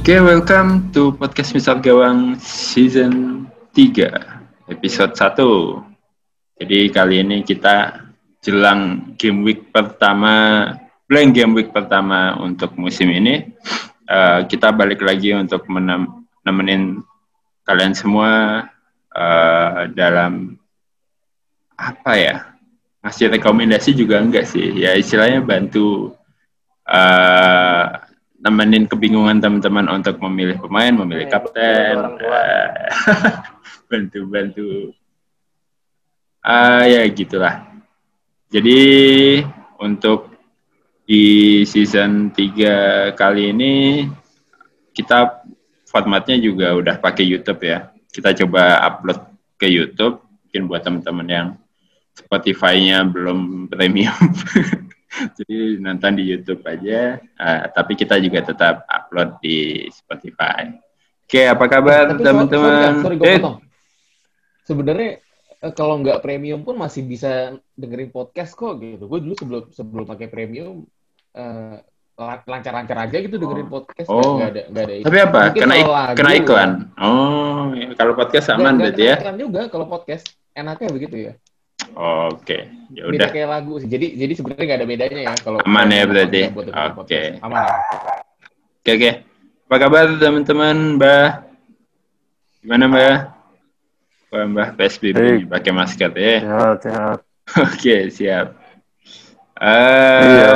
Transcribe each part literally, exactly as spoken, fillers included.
Oke, okay, welcome to Podcast Misal Gawang Season tiga, Episode satu. Jadi kali ini kita jelang game week pertama, blank game week pertama untuk musim ini. Uh, kita balik lagi untuk menem- nemenin kalian semua uh, dalam apa ya, ngasih rekomendasi juga enggak sih, ya istilahnya bantu uh, nemenin kebingungan teman-teman untuk memilih pemain, memilih Nih, kapten, uh, bantu-bantu, uh, ya gitulah. Jadi untuk di season tiga kali ini kita formatnya juga udah pakai YouTube ya. Kita coba upload ke YouTube, mungkin buat teman-teman yang Spotify-nya belum premium. Jadi nonton di YouTube aja, uh, tapi kita juga tetap upload di Spotify. Oke, apa kabar eh, teman-teman? Sorry, sorry, sorry gue potong. Sebenarnya kalau nggak premium pun masih bisa dengerin podcast kok gitu. Gue dulu sebelum sebelum pakai premium uh, lancar-lancar aja gitu dengerin podcast. Oh, nggak ada nggak ada. Tapi apa? Mungkin kena, ik- lagu, kena iklan. Oh, ya, kalau podcast aman berarti ya? Iklan juga kalau podcast. Enaknya begitu ya. Oh, Oke, okay. Ya udah. Beda kayak lagu sih. Jadi jadi sebenarnya nggak ada bedanya ya kalau aman ya berarti. Oke. Okay. Aman. Oke okay, oke. Okay. Apa kabar teman-teman, Mbah? Gimana, Mbah? Wah, Mbah P S B B hey. Pakai masker ya. Sehat, sehat. Oke, okay, siap. Uh, iya.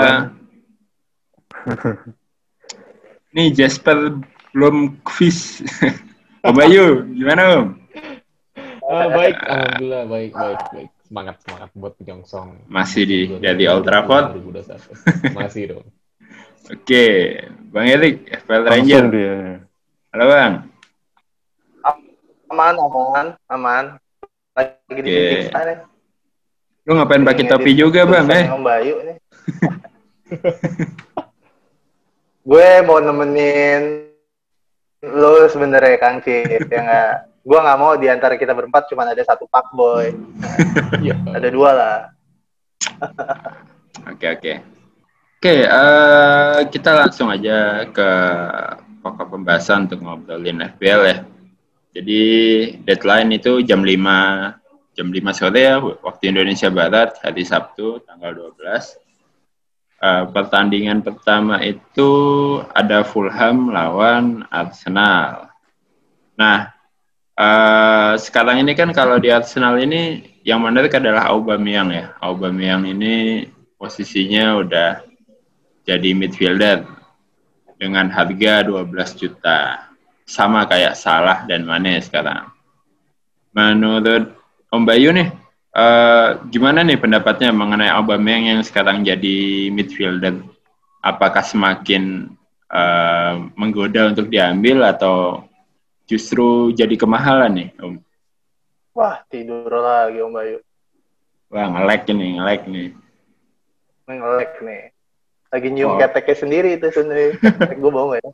Nih Jasper belum quiz. Om Bayu, gimana Om? Oh, baik, alhamdulillah baik, baik, baik. Semangat, semangat buat penyongsong. Masih di dari Old Trafford? Masih dong. Oke, Bang Erik, F P L Ranger. Dia. Halo Bang. Aman, aman, aman. Lagi di Oke. sana. Lu ngapain pakai topi juga Bang? Eh? Om Bayu nih. Gue mau nemenin lu sebenarnya Kang Cip, ya nggak? Gue nggak mau di antara kita berempat cuma ada satu pak boy. Nah, ada dua lah. Oke oke. Oke, uh, kita langsung aja ke pokok pembahasan untuk ngobrolin F P L ya. Jadi deadline itu jam lima jam lima sore ya waktu Indonesia Barat, hari Sabtu tanggal dua belas. Uh, pertandingan pertama itu ada Fulham lawan Arsenal. Nah, Uh, sekarang ini kan kalau di Arsenal ini yang menarik adalah Aubameyang ya. Aubameyang ini posisinya udah jadi midfielder dengan harga dua belas juta. Sama kayak Salah dan Mane sekarang. Menurut Om Bayu nih, uh, gimana nih pendapatnya mengenai Aubameyang yang sekarang jadi midfielder? Apakah semakin uh, menggoda untuk diambil atau justru jadi kemahalan nih, Om? Wah, tidur lagi Om Bayu. Wah, nge-lag nih, nge-lag nih. Nge-lag nih. Lagi nyium oh. keteknya sendiri itu sebenarnya. Gue bau nggak ya?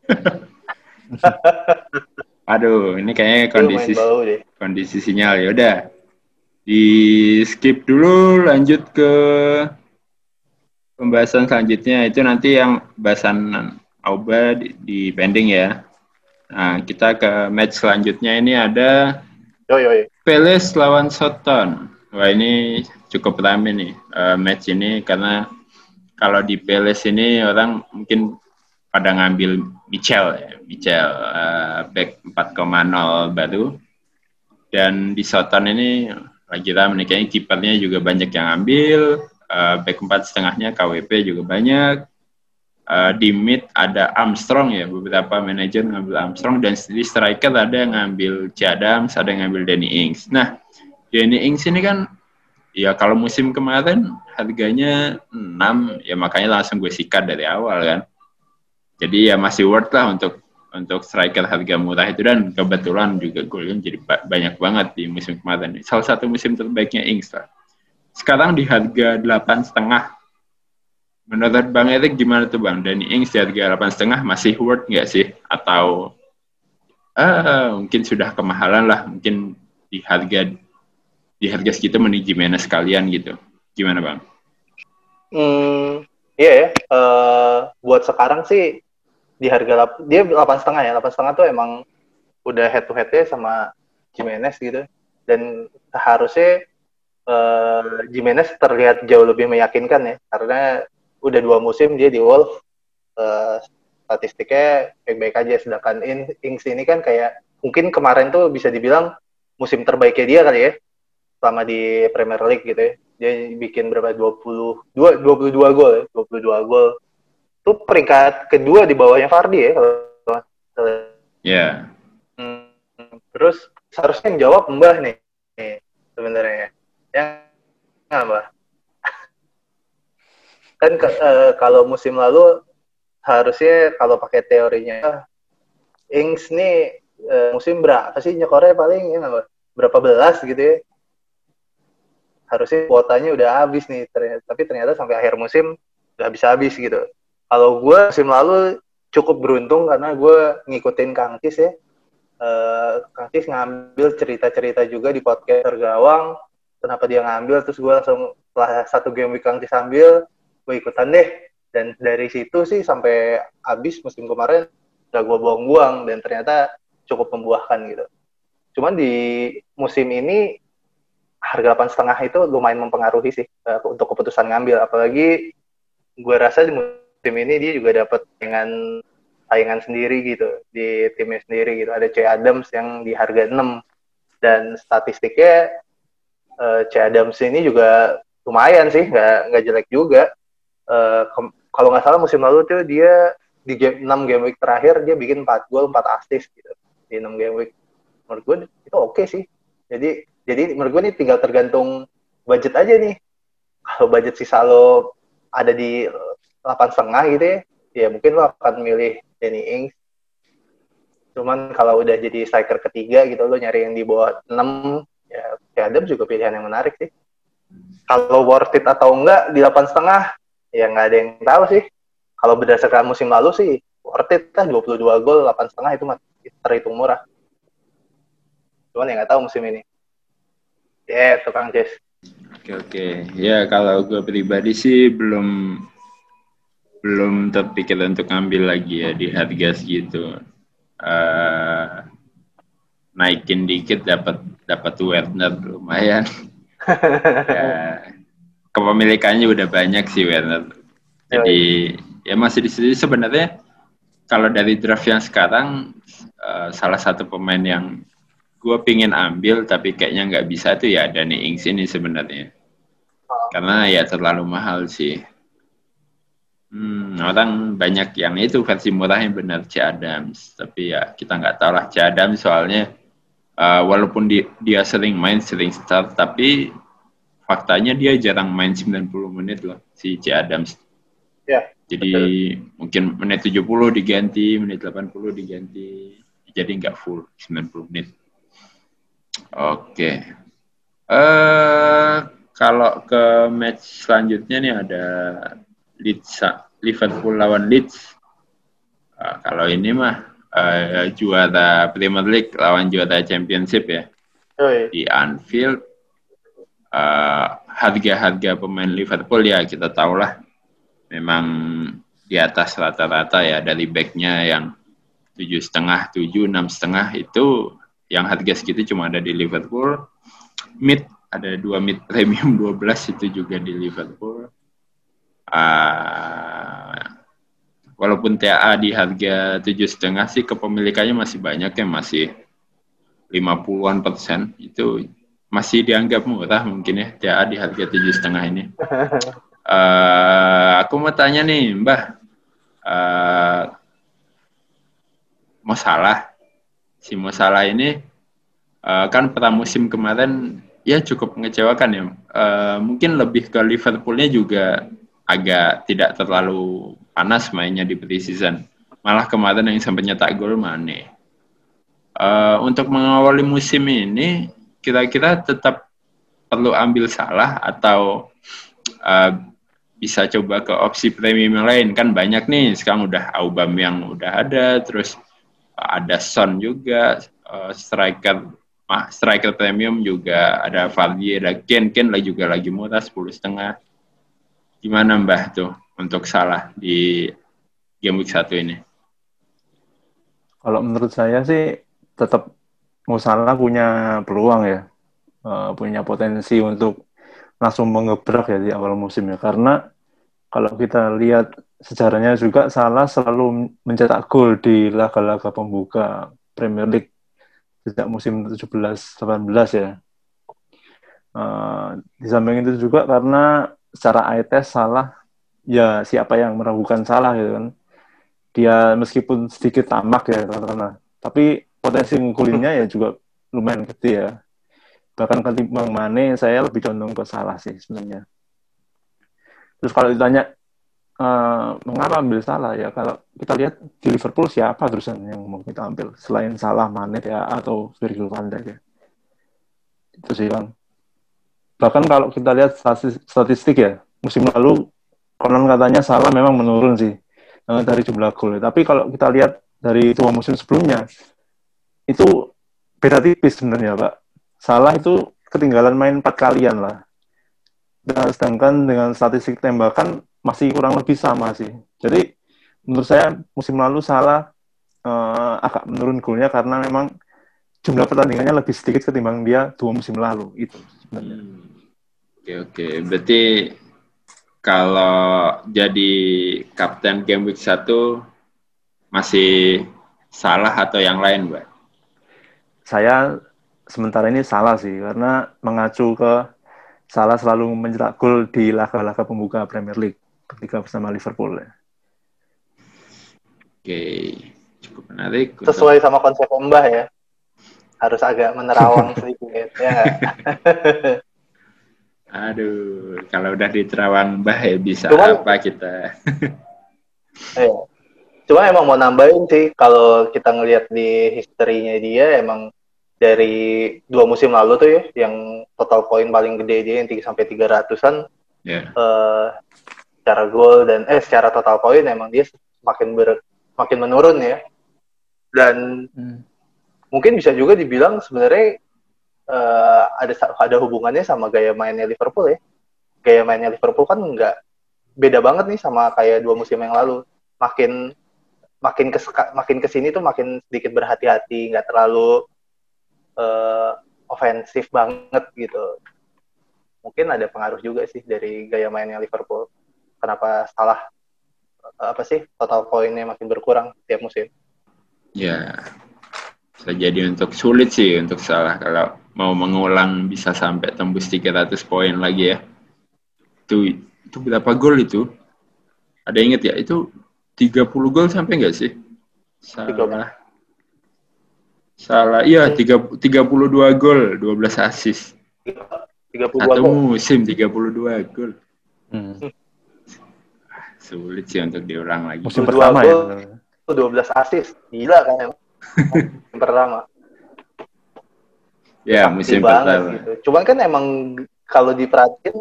Aduh, ini kayaknya kondisi kondisi sinyal ya. Udah, di skip dulu, lanjut ke pembahasan selanjutnya. Itu nanti yang bahasan Auba di, di pending ya. Nah, kita ke match selanjutnya ini ada Palace lawan Southampton. Wah, ini cukup ramai nih uh, match ini karena kalau di Palace ini orang mungkin pada ngambil Michel ya, Michel uh, back empat koma nol baru. Dan di Southampton ini lagi ramai nih, kayaknya kipernya juga banyak yang ambil, uh, back empat setengahnya K W P juga banyak. Uh, di mid ada Armstrong ya, beberapa manajer ngambil Armstrong, dan di striker ada yang ngambil C. Adams, ada yang ngambil Danny Ings. Nah, Danny Ings ini kan ya kalau musim kemarin harganya enam, ya makanya langsung gue sikat dari awal kan. Jadi ya masih worth lah untuk untuk striker harga murah itu, dan kebetulan juga golnya jadi banyak banget di musim kemarin. Salah satu musim terbaiknya Ings lah. Sekarang di harga delapan setengah. Menurut Bang Erik gimana tuh Bang? Danny Ings di harga delapan setengah masih worth nggak sih? Atau uh, mungkin sudah kemahalan lah? Mungkin di harga di harga segitu mending Jimenez sekalian gitu. Gimana Bang? Hmm, iya ya. Uh, buat sekarang sih di harga lap, dia delapan setengah ya, delapan setengah tuh emang udah head to headnya sama Gimenez gitu, dan seharusnya uh, Gimenez terlihat jauh lebih meyakinkan ya, karena udah dua musim dia di Wolves, uh, statistiknya baik-baik aja, sedangkan Ings ini kan kayak mungkin kemarin tuh bisa dibilang musim terbaiknya dia kali ya selama di Premier League gitu ya. Dia bikin berapa dua puluh dua dua puluh dua gol ya, dua puluh dua gol. Itu peringkat kedua di bawahnya Vardy ya kalau Iya. Yeah. Hmm, terus seharusnya yang jawab Mbah nih, nih sebenarnya. Yang nggak Mbah? Kan ke, uh, kalau musim lalu harusnya kalau pakai teorinya Ings nih uh, musim berapa sih nyekornya paling ya Mbah? Berapa belas gitu ya? Harusnya kuotanya udah habis nih, ternyata, tapi ternyata sampai akhir musim udah habis-habis gitu. Kalau gue musim lalu cukup beruntung karena gue ngikutin Kang Cis ya. Uh, Kang Cis ngambil cerita-cerita juga di podcast Tergawang, kenapa dia ngambil, terus gue langsung setelah satu game week Kang Cis ambil, gue ikutan deh. Dan dari situ sih sampai habis musim kemarin udah gue buang-buang dan ternyata cukup membuahkan gitu. Cuman di musim ini harga delapan setengah itu lumayan mempengaruhi sih uh, untuk keputusan ngambil, apalagi gue rasa di musim ini dia juga dapat dengan saingan sendiri gitu di timnya sendiri gitu, ada Che Adams yang di harga enam dan statistiknya uh, Che Adams ini juga lumayan sih, nggak nggak jelek juga. Uh, ke- kalau nggak salah musim lalu tuh dia di game, enam game week terakhir dia bikin empat gol empat assist gitu di enam game week. Menurut gue itu oke okay sih. Jadi Jadi menurut gue nih tinggal tergantung budget aja nih. Kalau budget sisa lo ada di delapan setengah gitu ya, ya mungkin lo akan milih Danny Ings. Cuman kalau udah jadi striker ketiga gitu, lo nyari yang di bawah enam, ya Adam juga pilihan yang menarik sih. Kalau worth it atau enggak di delapan setengah, ya nggak ada yang tahu sih. Kalau berdasarkan musim lalu sih, worth it lah, dua puluh dua gol, delapan setengah itu terhitung murah. Cuman ya nggak tahu musim ini. Ya, yeah, tukang Cis. Oke oke, ya kalau gue pribadi sih belum belum terpikir untuk ngambil lagi ya di harga segitu. Uh, naikin dikit dapat dapat Werner lumayan. Ya, kepemilikannya udah banyak sih Werner. Jadi ya masih di sini sebenarnya kalau dari draft yang sekarang uh, salah satu pemain yang gue pingin ambil tapi kayaknya nggak bisa tuh ya Danny Ings ini sebenarnya. Karena ya terlalu mahal sih. Hmm, orang banyak yang itu versi murahnya benar Che Adams. Tapi ya kita nggak tahu lah Che Adams soalnya uh, walaupun di, dia sering main, sering start, tapi faktanya dia jarang main sembilan puluh menit loh si Che Adams. Ya, jadi betul. Mungkin menit tujuh puluh diganti, menit delapan puluh diganti. Jadi nggak full sembilan puluh menit. Oke. Okay. Uh, kalau ke match selanjutnya nih ada Leeds, Liverpool lawan Leeds. Uh, kalau ini mah uh, juara Premier League lawan juara Championship ya. Oh, iya. Di Anfield. Uh, harga-harga pemain Liverpool ya kita tahulah memang di atas rata-rata ya, dari backnya yang tujuh setengah, tujuh, enam setengah itu yang harga segitu cuma ada di Liverpool. Mid ada dua mid premium dua belas itu juga di Liverpool. Uh, walaupun T A di harga tujuh setengah sih kepemilikannya masih banyak ya, masih lima puluhan persen, itu masih dianggap murah mungkin ya T A di harga tujuh setengah ini. Uh, aku mau tanya nih Mbah, uh, Mo Salah, si Mo Salah ini uh, kan pramusim kemarin ya cukup mengecewakan ya. Uh, mungkin lebih ke Liverpoolnya juga agak tidak terlalu panas mainnya di pre-season. Malah kemarin yang sampai nyetak gol Mane. Uh, untuk mengawali musim ini, kira-kira tetap perlu ambil Salah atau uh, bisa coba ke opsi premium yang lain? Kan banyak nih, sekarang udah Aubameyang udah ada, terus uh, ada Son juga, uh, striker ah, striker premium juga ada Vardy, ada Ken, Ken lagi juga lagi murah sepuluh setengah. Gimana Mbah tuh untuk Salah di game week satu ini? Kalau menurut saya sih tetap Mo Salah punya peluang ya, uh, punya potensi untuk langsung mengebrak ya di awal musim ya. Karena kalau kita lihat sejarahnya juga Salah selalu mencetak gol di laga-laga pembuka Premier League sejak musim tujuh belas delapan belas ya. Uh, di samping itu juga karena secara eye test Salah ya siapa yang meragukan Salah gitu kan. Dia meskipun sedikit tamak ya karena tapi potensi ngegolinya ya juga lumayan gede ya. Bahkan ketimbang Mane saya lebih condong ke Salah sih sebenarnya. Terus kalau ditanya uh, mengapa ambil Salah ya, kalau kita lihat di Liverpool siapa terusan yang mau kita ambil selain Salah, Mane ya atau Virgil van Dijk ya. Itu sih Bang. Bahkan kalau kita lihat statistik ya, musim lalu konon katanya Salah memang menurun sih uh, dari jumlah gol. Tapi kalau kita lihat dari dua musim sebelumnya, itu beda tipis sebenarnya Pak. Salah itu ketinggalan main empat kalian lah. Dan sedangkan dengan statistik tembakan masih kurang lebih sama sih. Jadi menurut saya musim lalu Salah uh, agak menurun golnya karena memang jumlah pertandingannya lebih sedikit ketimbang dia dua musim lalu. Itu sebenarnya. Hmm. Oke, oke. Berarti kalau jadi kapten game week satu masih Salah atau yang lain, Mbak? Saya sementara ini Salah sih, karena mengacu ke Salah selalu mencetak gol di laga-laga pembuka Premier League ketika bersama Liverpool ya. Oke, cukup menarik. Sesuai untuk... sama konsep Mbah ya, harus agak menerawang sedikit, ya. Aduh, kalau udah di terawang Mbah ya bisa Cuman, apa kita? iya. Cuma emang mau nambahin sih, kalau kita ngelihat di historinya dia, emang dari dua musim lalu tuh ya, yang total poin paling gede dia yang tiga sampai tiga ratusan, yeah. uh, secara gol dan eh secara total poin emang dia makin ber, makin menurun ya. Dan hmm. mungkin bisa juga dibilang sebenarnya uh, ada ada hubungannya sama gaya mainnya Liverpool ya. Gaya mainnya Liverpool kan nggak beda banget nih sama kayak dua musim yang lalu. Makin makin ke makin kesini tuh makin sedikit berhati-hati, nggak terlalu uh, ofensif banget gitu. Mungkin ada pengaruh juga sih dari gaya mainnya Liverpool. Kenapa Salah apa sih total poinnya makin berkurang tiap musim? Ya, bisa jadi untuk sulit sih untuk Salah kalau mau mengulang bisa sampai tembus tiga ratus poin lagi ya. Itu itu berapa gol itu? Ada ingat ya? Itu tiga puluh gol sampai nggak sih? Salah. Salah. Iya, tiga puluh dua gol, dua belas assist. tiga puluh dua Satu gol. musim tiga puluh dua gol. Hmm. Sulit sih untuk diulang lagi. Musim pertama gol, ya. dua belas assist. Gila kan emang. Musim pertama. Ya, musim pertama. Gitu. Cuman kan emang kalau diperhatiin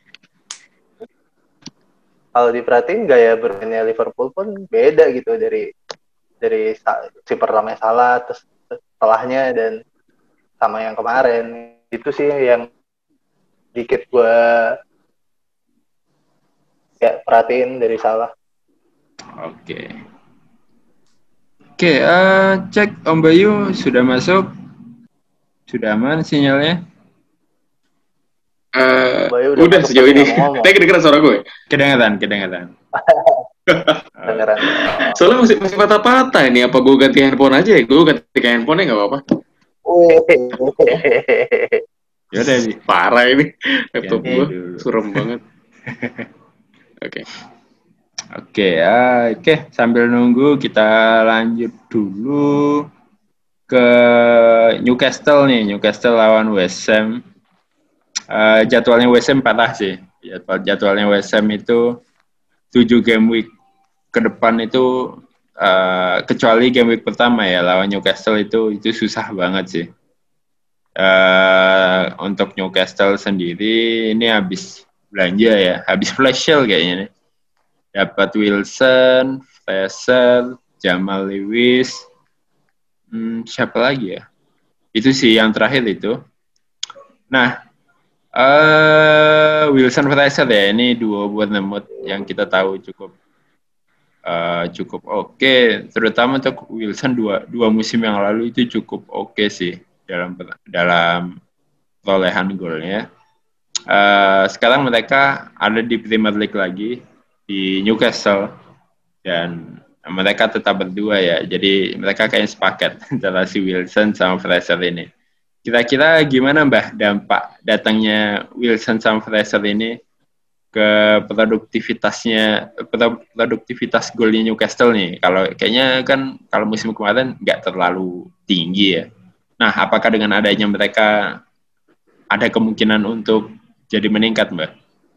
kalau diperhatiin gaya bermainnya Liverpool pun beda gitu dari dari si pertamanya Salah terus setelahnya dan sama yang kemarin. Itu sih yang dikit gue ya perhatiin dari Salah. Oke. Oke, uh, cek Om Bayu sudah masuk. Sudah aman sinyalnya? Uh, udah, udah sejauh ini. Tapi kedengeran suara gue? Kedengeran, kedengeran. Kedengeran. Soalnya masih masih patah-patah ini. Apa gue ganti handphone aja ya? Gue ganti handphone nggak apa-apa. Ya udah sih. Parah ini. Laptop gue suram banget. Oke. Okay. Oke, okay, uh, oke. Okay. Sambil nunggu kita lanjut dulu ke Newcastle nih. Newcastle lawan West Ham. Uh, jadwalnya West Ham patah sih. Jadwal jadwalnya West Ham itu tujuh game week ke depan itu uh, kecuali game week pertama ya lawan Newcastle itu itu susah banget sih. Uh, untuk Newcastle sendiri ini habis belanja ya, habis flash sale kayaknya nih. Dapat Wilson, Fraser, Jamal Lewis, hmm, siapa lagi ya? Itu sih yang terakhir itu. Nah, uh, Wilson Fraser ya, ini duo buat Bournemouth yang kita tahu cukup uh, cukup oke, okay. Terutama untuk Wilson dua dua musim yang lalu itu cukup oke okay sih dalam dalam perolehan golnya. Uh, sekarang mereka ada di Premier League lagi di Newcastle dan mereka tetap berdua ya, jadi mereka kayaknya sepakat antara si Wilson sama Fraser ini. Kira-kira gimana Mbah dampak datangnya Wilson sama Fraser ini ke produktivitasnya, produktivitas golnya Newcastle nih? Kalau kayaknya kan kalau musim kemarin nggak terlalu tinggi ya. Nah, apakah dengan adanya mereka ada kemungkinan untuk jadi meningkat, Mbak?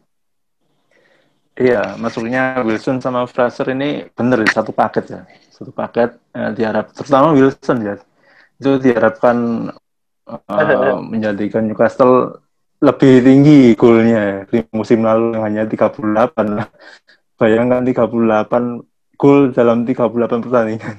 Iya, maksudnya Wilson sama Fraser ini benar satu paket ya, satu paket eh, diharap, terutama Wilson ya, itu diharapkan uh, menjadikan Newcastle lebih tinggi golnya ya. Di musim lalu yang hanya tiga puluh delapan. Bayangkan tiga puluh delapan gol dalam tiga puluh delapan pertandingan.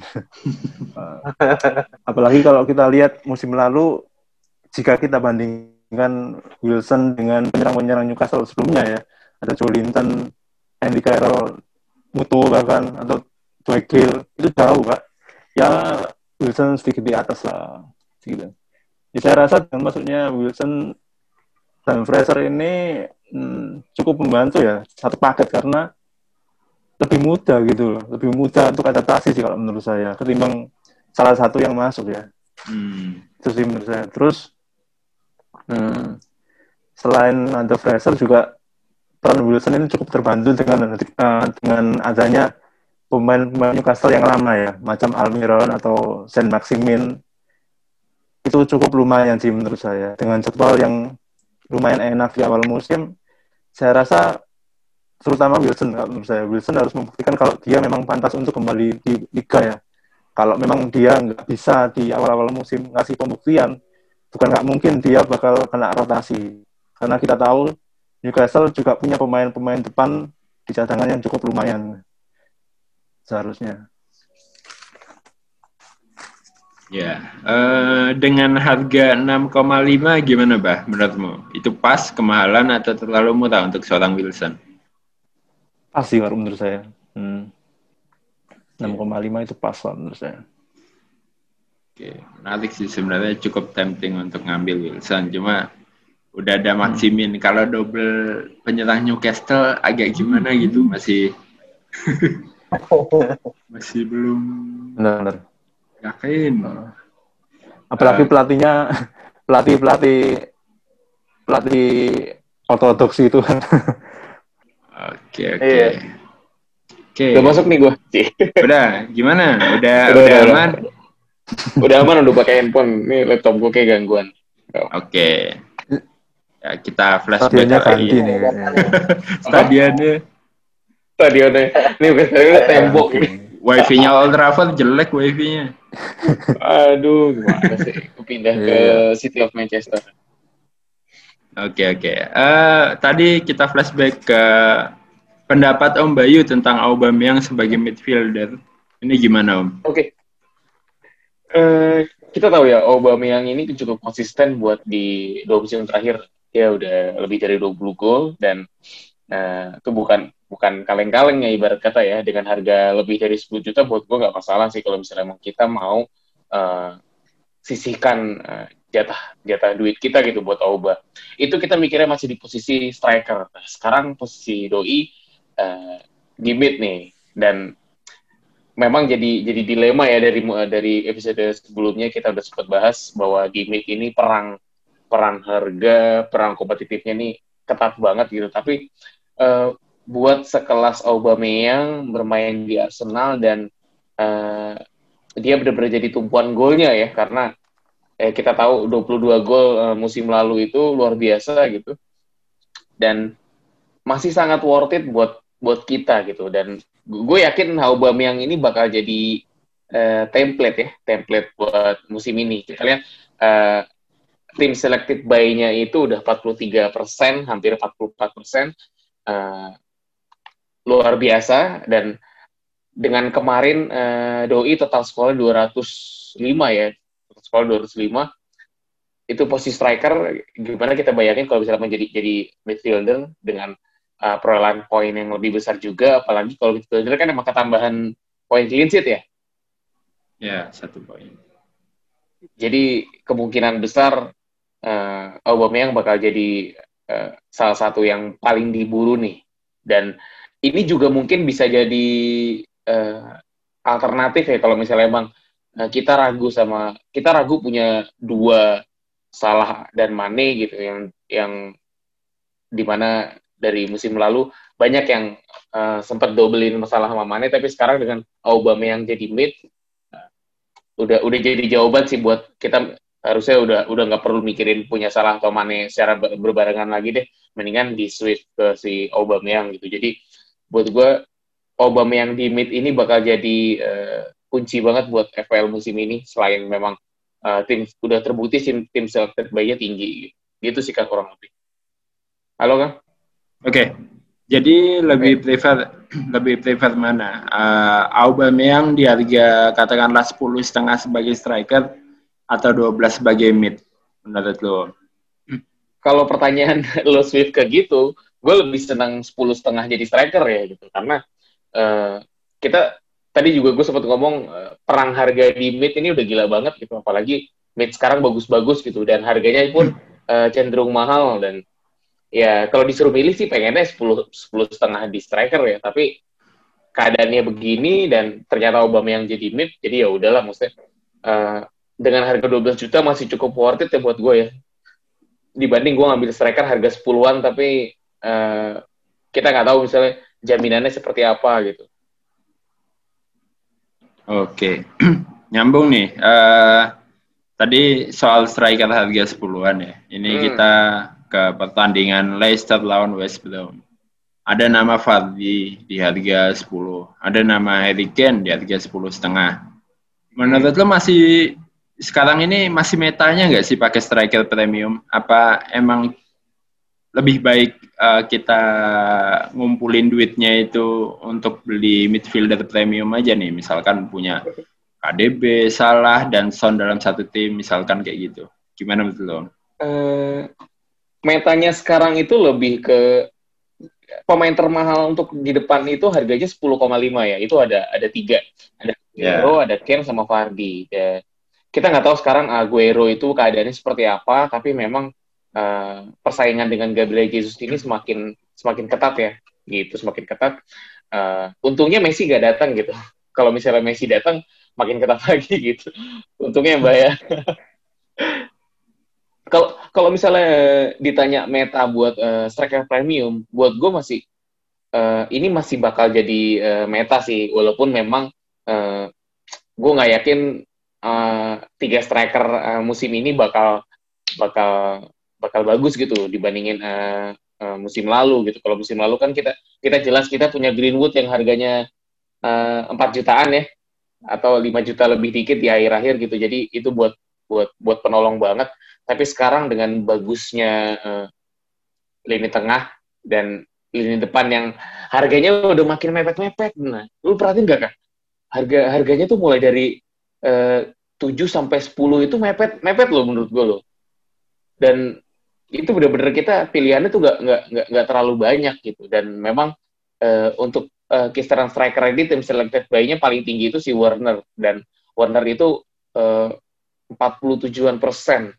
Apalagi kalau kita lihat musim lalu, jika kita bandingkan Wilson dengan penyerang-penyerang Newcastle sebelumnya ya, ada Joelinton, Andy Carroll, Muto bahkan, atau Tuchel, itu jauh Pak. Ya Wilson sedikit di atas lah. Gitu. Ya, saya rasa dengan maksudnya Wilson dan Fraser ini hmm, cukup membantu ya, satu paket karena lebih mudah gitu, lebih mudah untuk adaptasi sih kalau menurut saya, ketimbang salah satu yang masuk ya. Hmm. Itu sih menurut saya. Terus hmm, selain ada Fraser juga peran Wilson ini cukup terbantu dengan uh, dengan adanya pemain-pemain Newcastle yang lama ya, macam Almiron atau Saint-Maximin. Itu cukup lumayan sih menurut saya. Dengan jadwal yang lumayan enak di awal musim, saya rasa terutama Wilson, menurut saya Wilson harus membuktikan kalau dia memang pantas untuk kembali di Liga ya. Kalau memang dia nggak bisa di awal-awal musim ngasih pembuktian, bukan nggak mungkin dia bakal kena rotasi. Karena kita tahu Newcastle juga punya pemain-pemain depan di cadangan yang cukup lumayan seharusnya. Ya, uh, dengan harga enam koma lima gimana, Bah, menurutmu? Itu pas, kemahalan, atau terlalu murah untuk seorang Wilson? Pas sih menurut saya. Hmm. enam koma lima itu pas lah menurut saya. Oke, menarik sih sebenarnya, cukup tempting untuk ngambil Wilson. Cuma udah ada Maximin. Hmm. Kalau double penyerang Newcastle agak gimana gitu, masih masih belum benar. Yakin. Apalagi uh, pelatihnya pelatih pelatih pelatih ortodoks itu. Oke oke. Oke. Udah masuk nih gue. Udah, gimana? Udah udah, udah, udah udah aman? Udah aman, udah pakai handphone. Nih laptop gue kayak gangguan. Oh. Oke. Ya, kita flashback lagi. Stadionnya. Stadionnya. Ini biasanya tembok ini. Wifi-nya Old Trafford jelek wifi-nya. Aduh, gimana sih? Aku pindah ke City of Manchester. Oke, okay, oke. Okay. Uh, tadi kita flashback ke pendapat Om Bayu tentang Aubameyang sebagai midfielder. Ini gimana, Om? Oke. Okay. Uh, kita tahu ya, Aubameyang ini cukup konsisten buat di dua musim terakhir. Dia udah lebih dari dua puluh gol dan uh, itu bukan bukan kaleng-kaleng ya ibarat kata ya, dengan harga lebih dari sepuluh juta buat gue nggak masalah sih kalau misalnya emang kita mau uh, sisihkan uh, jatah jatah duit kita gitu buat Auba. Itu kita mikirnya masih di posisi striker. Nah, sekarang posisi Doi uh, di mid nih, dan memang jadi jadi dilema ya dari dari episode sebelumnya kita udah sempat bahas bahwa di mid ini perang perang harga, perang kompetitifnya nih ketat banget gitu. Tapi uh, buat sekelas Aubameyang bermain di Arsenal dan uh, dia benar-benar jadi tumpuan golnya ya, karena eh, kita tahu dua puluh dua gol uh, musim lalu itu luar biasa gitu, dan masih sangat worth it buat buat kita gitu. Dan gue yakin Aubameyang ini bakal jadi uh, template ya, template buat musim ini. Kita lihat uh, tim selected buy-nya itu udah empat puluh tiga persen, hampir empat puluh empat persen. Uh, luar biasa, dan dengan kemarin uh, Doi total skor dua ratus lima ya, total skor dua ratus lima, itu posisi striker. Gimana kita bayangin kalau misalnya menjadi jadi midfielder dengan uh, perolehan poin yang lebih besar juga, apalagi kalau kita lihat kan emang ketambahan poin clean sheet ya. Ya, satu poin. Jadi kemungkinan besar uh, Aubameyang bakal jadi uh, salah satu yang paling diburu nih. Dan ini juga mungkin bisa jadi uh, alternatif ya kalau misalnya emang uh, kita ragu sama kita ragu punya dua Salah dan Mane gitu yang yang dimana dari musim lalu banyak yang uh, sempat dobelin masalah sama Mane, tapi sekarang dengan Aubameyang jadi mid uh, udah udah jadi jawaban sih buat kita, harusnya udah udah nggak perlu mikirin punya Salah atau Mane secara berbarengan lagi deh, mendingan di switch ke si Aubameyang gitu. Jadi buat gue Aubameyang di mid ini bakal jadi uh, kunci banget buat F P L musim ini, selain memang uh, tim udah terbukti tim tim selected by-nya tinggi gitu. Gitu sih Kak kurang lebih. Halo Kang? Oke. Okay. Jadi lebih okay. prefer lebih prefer mana? Uh, Aubameyang di harga katakanlah sepuluh setengah sebagai striker atau dua belas sebagai mid menurut lo? Kalau pertanyaan lo Swift ke gitu, gue lebih senang sepuluh setengah jadi striker ya gitu, karena uh, kita tadi juga gue sempat ngomong uh, perang harga di mid ini udah gila banget gitu, apalagi mid sekarang bagus-bagus gitu dan harganya pun uh, cenderung mahal. Dan ya kalau disuruh milih sih pengennya sepuluh setengah di striker ya, tapi keadaannya begini dan ternyata Aubameyang jadi mid, jadi ya udahlah, maksudnya uh, dengan harga dua belas juta masih cukup worth it ya buat gue ya, dibanding gue ngambil striker harga sepuluhan tapi uh, kita nggak tahu misalnya jaminannya seperti apa gitu. Oke, nyambung nih. Uh, tadi soal striker harga sepuluhan ya. Ini hmm. kita ke pertandingan Leicester lawan West Brom. Ada nama Vardy di harga sepuluh. Ada nama Harry Kane di harga sepuluh setengah. Menurut hmm. lo masih sekarang ini masih metanya nggak sih pakai striker premium? Apa emang lebih baik uh, kita ngumpulin duitnya itu untuk beli midfielder premium aja nih, misalkan punya K D B, Salah, dan Son dalam satu tim, misalkan kayak gitu. Gimana menurut lo? Uh, metanya sekarang itu lebih ke pemain termahal untuk di depan itu harganya sepuluh koma lima ya. Itu ada ada tiga, ada Aguero, yeah. ada Kane sama Vardy. Ya, kita nggak tahu sekarang Aguero itu keadaannya seperti apa, tapi memang Uh, persaingan dengan Gabriel Jesus ini semakin semakin ketat ya, gitu semakin ketat. Uh, untungnya Messi gak datang gitu. Kalau misalnya Messi datang, makin ketat lagi gitu. Untungnya Mbak ya. Kalau kalau misalnya ditanya meta buat uh, striker premium, buat gue masih uh, ini masih bakal jadi uh, meta sih, walaupun memang uh, gue nggak yakin uh, tiga striker uh, musim ini bakal bakal bakal bagus gitu dibandingin uh, uh, musim lalu gitu. Kalau musim lalu kan kita kita jelas kita punya Greenwood yang harganya uh, empat jutaan ya, atau lima juta lebih dikit di akhir-akhir gitu. Jadi itu buat buat buat penolong banget. Tapi sekarang dengan bagusnya uh, lini tengah dan lini depan yang harganya udah makin mepet-mepet. Nah, lu perhatiin nggak Kak? Harga harganya tuh mulai dari uh, tujuh sampai sepuluh itu mepet mepet loh menurut gue loh. Dan itu benar-benar kita pilihannya tuh nggak nggak nggak nggak terlalu banyak gitu. Dan memang uh, untuk uh, kisaran striker ini tim selected by-nya paling tinggi itu si Werner, dan Werner itu uh, empat puluh tujuh persen.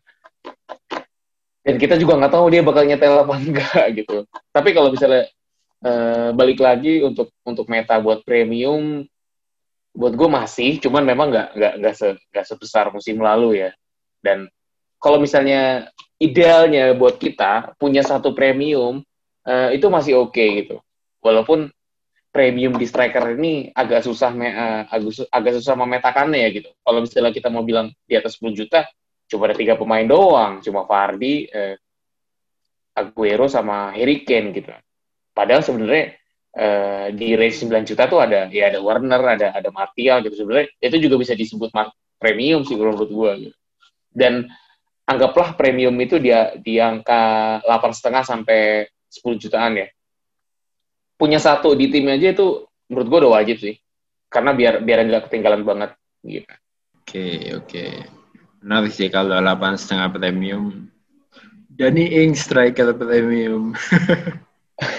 Dan kita juga nggak tahu dia bakal nyetel apa enggak gitu. Tapi kalau misalnya uh, balik lagi untuk untuk meta buat premium, buat gue masih, cuman memang nggak nggak nggak se, nggak sebesar musim lalu ya. Dan kalau misalnya idealnya buat kita punya satu premium, uh, itu masih oke okay, gitu. Walaupun premium di striker ini agak susah me, uh, agak, agak susah memetakannya ya gitu. Kalau misalnya kita mau bilang di atas sepuluh juta, cuma ada tiga pemain doang, cuma Vardy, uh, Aguero sama Harry Kane gitu. Padahal sebenarnya uh, di range sembilan juta tuh ada ya ada Werner, ada ada Martial gitu. Sebenarnya itu juga bisa disebut premium sih menurut gue gitu. Dan anggaplah premium itu dia di angka delapan koma lima sampai sepuluh jutaan ya. Punya satu di tim aja itu menurut gue udah wajib sih. Karena biar biar nggak ketinggalan banget gitu. Oke, okay, oke. Okay. Menarik sih kalau delapan koma lima premium. Danny Ings striker premium.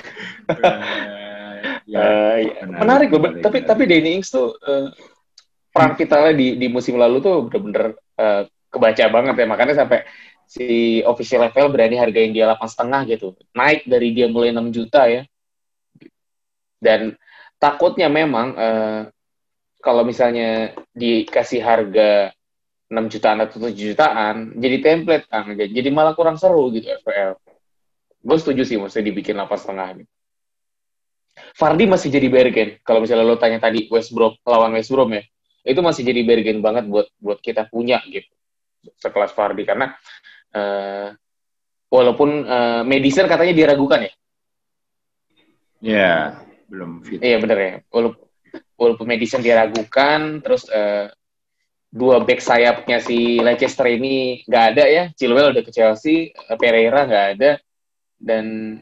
Uh, ya, uh, ya. Menarik loh, tapi tapi Danny Ings tuh uh, peran vitalnya di di musim lalu tuh bener-bener uh, kebaca banget ya, makanya sampai si official level berani hargain dia delapan setengah gitu, naik dari dia mulai enam juta ya. Dan takutnya memang uh, kalau misalnya dikasih harga enam jutaan atau tujuh jutaan jadi template kan, jadi malah kurang seru gitu F P L. Gue setuju sih mesti dibikin delapan setengah ini. Vardy masih jadi bargain. Kalau misalnya lo tanya tadi West Brom lawan West Brom ya, itu masih jadi bargain banget buat buat kita punya gitu sekelas Vardy, karena uh, walaupun uh, Madison katanya diragukan ya. Ya, belum fit. Iya bener ya. Walaupun, walaupun Madison diragukan, terus uh, dua back sayapnya si Leicester ini nggak ada ya. Chilwell udah ke Chelsea, Pereira nggak ada, dan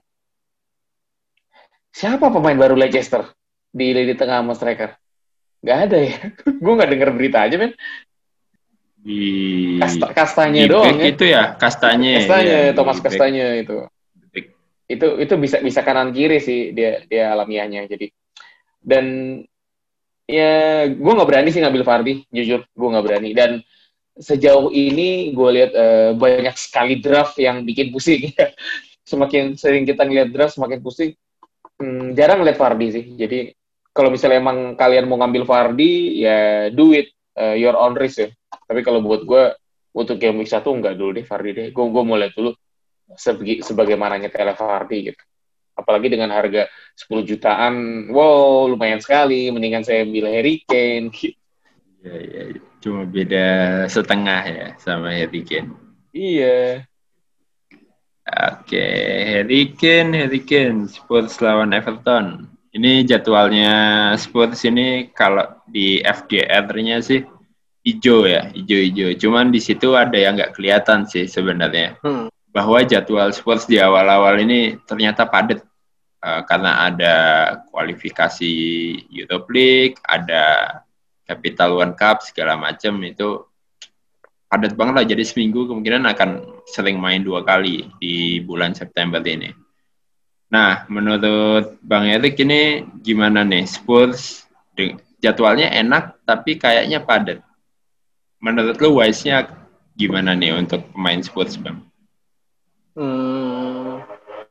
siapa pemain baru Leicester di lini tengah sama striker? Gak ada ya. Gue nggak denger berita aja, men. Di Kasta, kastanya di doang ya. Itu ya, kastanya. Kastanya, ya, Thomas Kastanya itu. Back. Itu itu bisa bisa kanan kiri sih dia dia alamiahnya. Jadi dan ya gue nggak berani sih ngambil Vardy, jujur gue nggak berani. Dan sejauh ini gue lihat uh, banyak sekali draft yang bikin pusing. Semakin sering kita ngeliat draft semakin pusing. Hmm, jarang ngeliat Vardy sih. Jadi kalau misalnya emang kalian mau ngambil Vardy, ya do it, uh, your own risk ya. Tapi kalau buat gue untuk game week satu enggak dulu deh Vardy deh. Gue gue mau lihat dulu sebagi, sebagaimana nyetel Vardy gitu. Apalagi dengan harga sepuluh jutaan, wow lumayan sekali. Mendingan saya ambil Harry Kane. Ya, ya, cuma beda setengah ya sama Harry Kane. Iya. Oke, Harry Kane, Harry Kane, Spurs lawan Everton. Ini jadwalnya Spurs ini kalau di F D R-nya sih hijau ya, hijau-hijau. Cuman di situ ada yang nggak kelihatan sih sebenarnya. Hmm. Bahwa jadwal Spurs di awal-awal ini ternyata padat. Uh, karena ada kualifikasi Europe League, ada Capital One Cup, segala macam itu padat banget lah, jadi seminggu kemungkinan akan sering main dua kali di bulan September ini. Nah, menurut Bang Erik ini gimana nih? Spurs jadwalnya enak tapi kayaknya padat. Menurut lu wise-nya gimana nih untuk pemain Spurs, Bang? Hmm.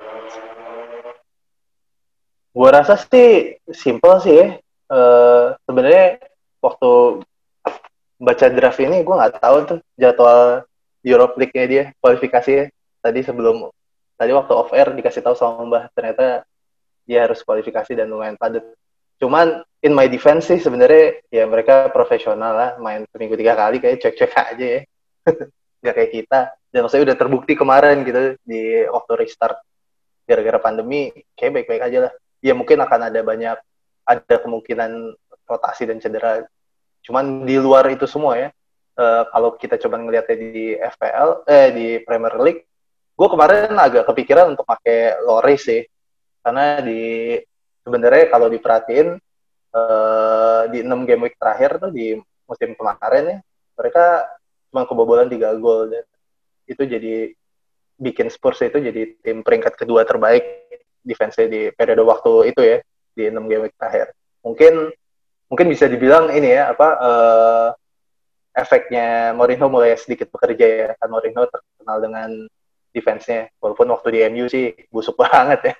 Gua rasa sih simple sih ya. Uh, sebenarnya waktu baca draft ini gue nggak tahu tuh jadwal Europe League-nya dia, kualifikasinya. Tadi sebelum tadi waktu off air dikasih tahu sama Mbah, ternyata dia harus kualifikasi dan lumayan padat. Cuman in my defense sih sebenarnya ya mereka profesional lah, main seminggu tiga kali kayak cek-cek aja ya. Nggak kayak kita. Dan maksudnya udah terbukti kemarin gitu di waktu restart gara-gara pandemi kayak baik-baik aja lah. Ya mungkin akan ada banyak ada kemungkinan rotasi dan cedera. Cuman di luar itu semua ya, uh, kalau kita coba ngeliatnya di F P L, eh di Premier League, gue kemarin agak kepikiran untuk pakai Lloris sih, karena di sebenarnya kalau diperhatiin uh, di enam game week terakhir tuh di musim kemarin ya, mereka cuma kebobolan tiga gol dan itu jadi bikin Spurs itu jadi tim peringkat kedua terbaik defense di periode waktu itu ya di enam game week terakhir. Mungkin mungkin bisa dibilang ini ya apa uh, efeknya Mourinho mulai sedikit bekerja ya, kan Mourinho terkenal dengan defense-nya walaupun waktu di M U sih busuk banget ya.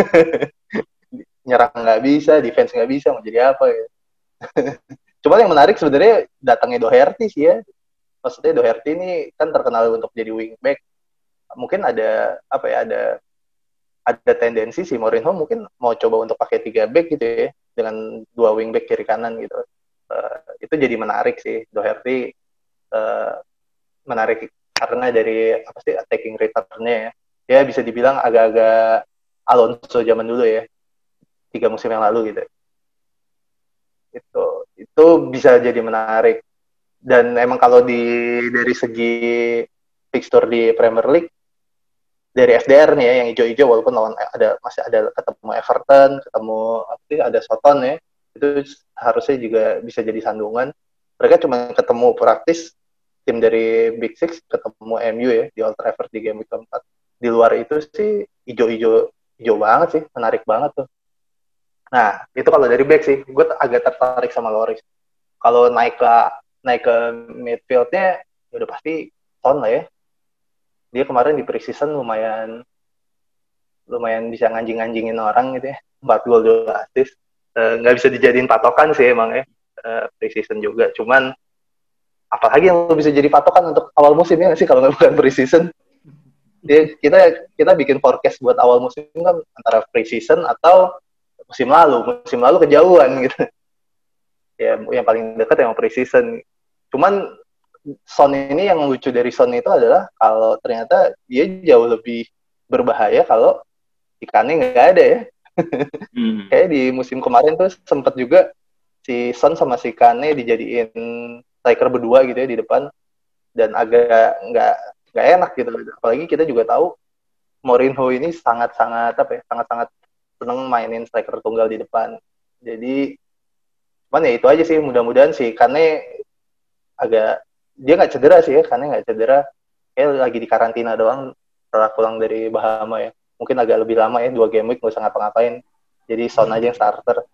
Nyerang nggak bisa, defense nggak bisa, mau jadi apa ya. Cuma yang menarik sebenarnya datangnya Doherty sih ya. Maksudnya Doherty ini kan terkenal untuk jadi wingback. Mungkin ada apa ya ada ada tendensi si Mourinho mungkin mau coba untuk pakai tiga back gitu ya, dengan dua wingback kiri kanan gitu. Uh, itu jadi menarik sih. Doherty uh, menarik karena dari apa sih attacking return-nya ya. Ya bisa dibilang agak-agak Alonso zaman dulu ya. Tiga musim yang lalu gitu. Itu itu bisa jadi menarik. Dan emang kalau di dari segi fixture di Premier League dari F D R nih ya yang hijau-hijau walaupun lawan ada masih ada ketemu Everton, ketemu apa sih ada Soton ya. Itu harusnya juga bisa jadi sandungan. Mereka cuma ketemu praktis tim dari Big Six ketemu M U ya di Old Trafford di game week keempat. Di luar itu sih hijau-hijau hijau banget sih, menarik banget tuh. Nah, itu kalau dari back sih, gue agak tertarik sama Loris. Kalau naik ke naik ke midfield-nya, ya udah pasti Son lah ya. Dia kemarin di pre-season lumayan lumayan bisa nganjing-nganjingin orang gitu ya. empat gol dua assist. Nggak uh, bisa dijadiin patokan sih emang ya. Uh, pre-season juga. Cuman, apalagi yang bisa jadi patokan untuk awal musim ya sih kalau nggak bukan pre-season. Dia, kita kita bikin forecast buat awal musim kan antara pre-season atau musim lalu. Musim lalu kejauhan gitu. Ya, yang paling dekat yang pre-season. Cuman Son ini yang lucu dari Son itu adalah kalau ternyata dia jauh lebih berbahaya kalau ikannya nggak ada ya. Hmm. Kayak di musim kemarin tuh sempat juga si Son sama si Kane dijadiin striker berdua gitu ya di depan dan agak nggak nggak enak gitu. Apalagi kita juga tahu Mourinho ini sangat-sangat apa ya, sangat-sangat seneng mainin striker tunggal di depan. Jadi cuman ya itu aja sih, mudah-mudahan si Kane agak dia nggak cedera sih ya, Kane nggak cedera, kayak lagi di karantina doang setelah pulang dari Bahama ya. Mungkin agak lebih lama ya, dua game week nggak usah ngapa-ngapain. Jadi Son aja yang starter.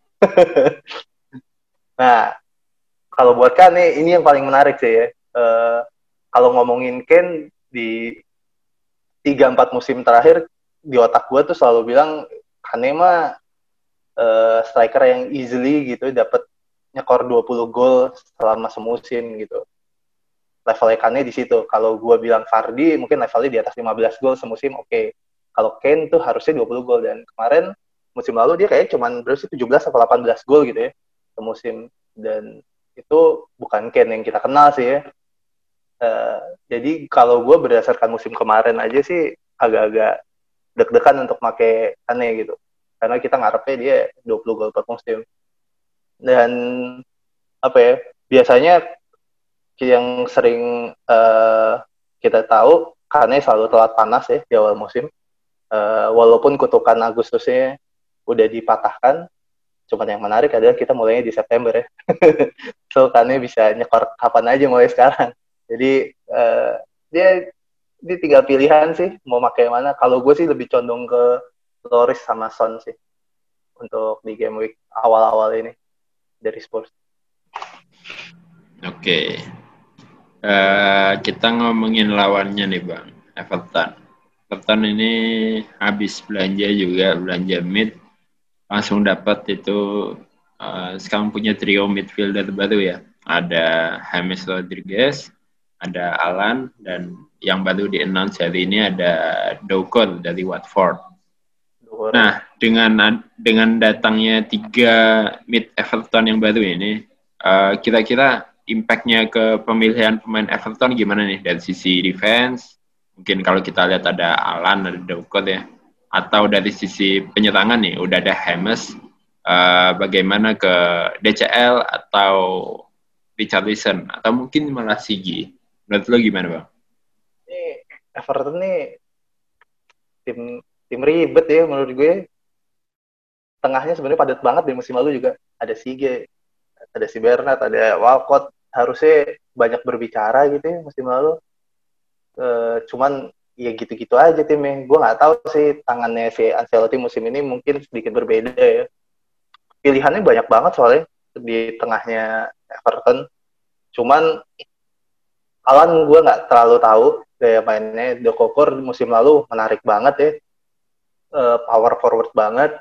Nah, kalau buat Kane ini yang paling menarik sih ya. Uh, kalau ngomongin Kane di tiga empat musim terakhir di otak gue tuh selalu bilang Kane mah uh, striker yang easily gitu dapat nyekor dua puluh gol selama semusim gitu. Levelnya Kane di situ. Kalau gue bilang Vardy mungkin levelnya di atas lima belas gol semusim, oke. Okay. Kalau Kane tuh harusnya dua puluh gol, dan kemarin musim lalu dia kayak cuma berapa sih tujuh belas atau delapan belas gol gitu ya semusim, dan itu bukan Kane yang kita kenal sih ya. Uh, jadi kalau gue berdasarkan musim kemarin aja sih agak-agak deg-degan untuk pakai Kane gitu, karena kita ngarepnya dia dua puluh gol per musim. Dan apa ya, biasanya yang sering uh, kita tahu Kane selalu telat panas ya di awal musim. Uh, walaupun kutukan Agustusnya udah dipatahkan, cuman yang menarik adalah kita mulainya di September ya. So Kane bisa nyekor kapan aja mulai sekarang. Jadi uh, dia dia tinggal pilihan sih mau pakai mana. Kalau gue sih lebih condong ke Loris sama Son sih untuk di game week awal-awal ini dari Spurs. Oke. Okay. Uh, kita ngomongin lawannya nih Bang, Everton. Everton ini habis belanja juga, belanja mid, langsung dapat itu uh, sekarang punya trio midfielder baru ya. Ada James Rodriguez, ada Alan, dan yang baru di-announce hari ini ada Doucoure dari Watford. Doucoure. Nah, dengan dengan datangnya tiga mid Everton yang baru ini, uh, kira-kira impact-nya ke pemilihan pemain Everton gimana nih dari sisi defense? Mungkin kalau kita lihat ada Alan, ada Doucoure ya. Atau dari sisi penyerangan nih, udah ada James, uh, bagaimana ke D C L atau Richarlison, atau mungkin malah Sigi. Menurut lo gimana Bang? Ini Everton nih tim tim ribet ya menurut gue. Tengahnya sebenarnya padat banget di musim lalu juga. Ada Sige, ada si Bernat, ada Walcott. Harusnya banyak berbicara gitu ya musim lalu. Uh, cuman ya gitu-gitu aja timnya. Gue nggak tahu sih tangannya si Ancelotti musim ini mungkin sedikit berbeda ya. Pilihannya banyak banget soalnya di tengahnya Everton. Cuman Alan gue nggak terlalu tahu gaya mainnya. Doucoure musim lalu menarik banget ya, uh, power forward banget.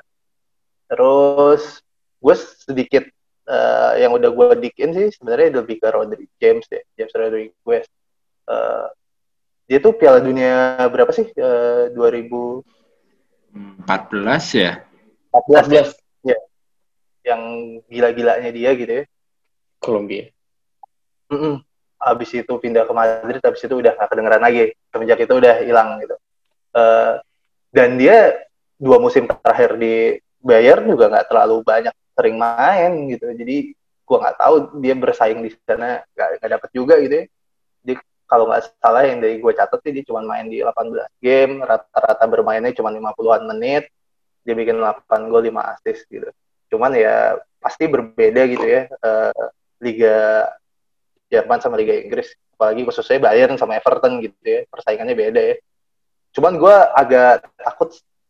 Terus gue sedikit uh, yang udah gue dikin sih sebenarnya lebih ke Rodri James ya, James Rodriguez. Uh, dia tuh Piala Dunia berapa sih? Uh, dua ribu empat belas ya? empat belas, empat belas. Ya. Yang gila-gilanya dia gitu ya. Kolombia. Mm-mm. Abis itu pindah ke Madrid, abis itu udah gak kedengeran lagi. Semenjak itu udah hilang gitu. Uh, dan dia dua musim terakhir di Bayern juga gak terlalu banyak sering main gitu. Jadi gue gak tahu dia bersaing di sana gak, gak dapet juga gitu ya. Jadi kalau nggak salah yang dari gue catat sih dia cuma main di delapan belas game, rata-rata bermainnya cuma lima puluhan menit, dia bikin delapan gol, lima assist gitu. Cuman ya pasti berbeda gitu ya, uh, Liga Jerman sama Liga Inggris, apalagi khususnya Bayern sama Everton gitu ya, persaingannya beda ya. Cuman gue agak takut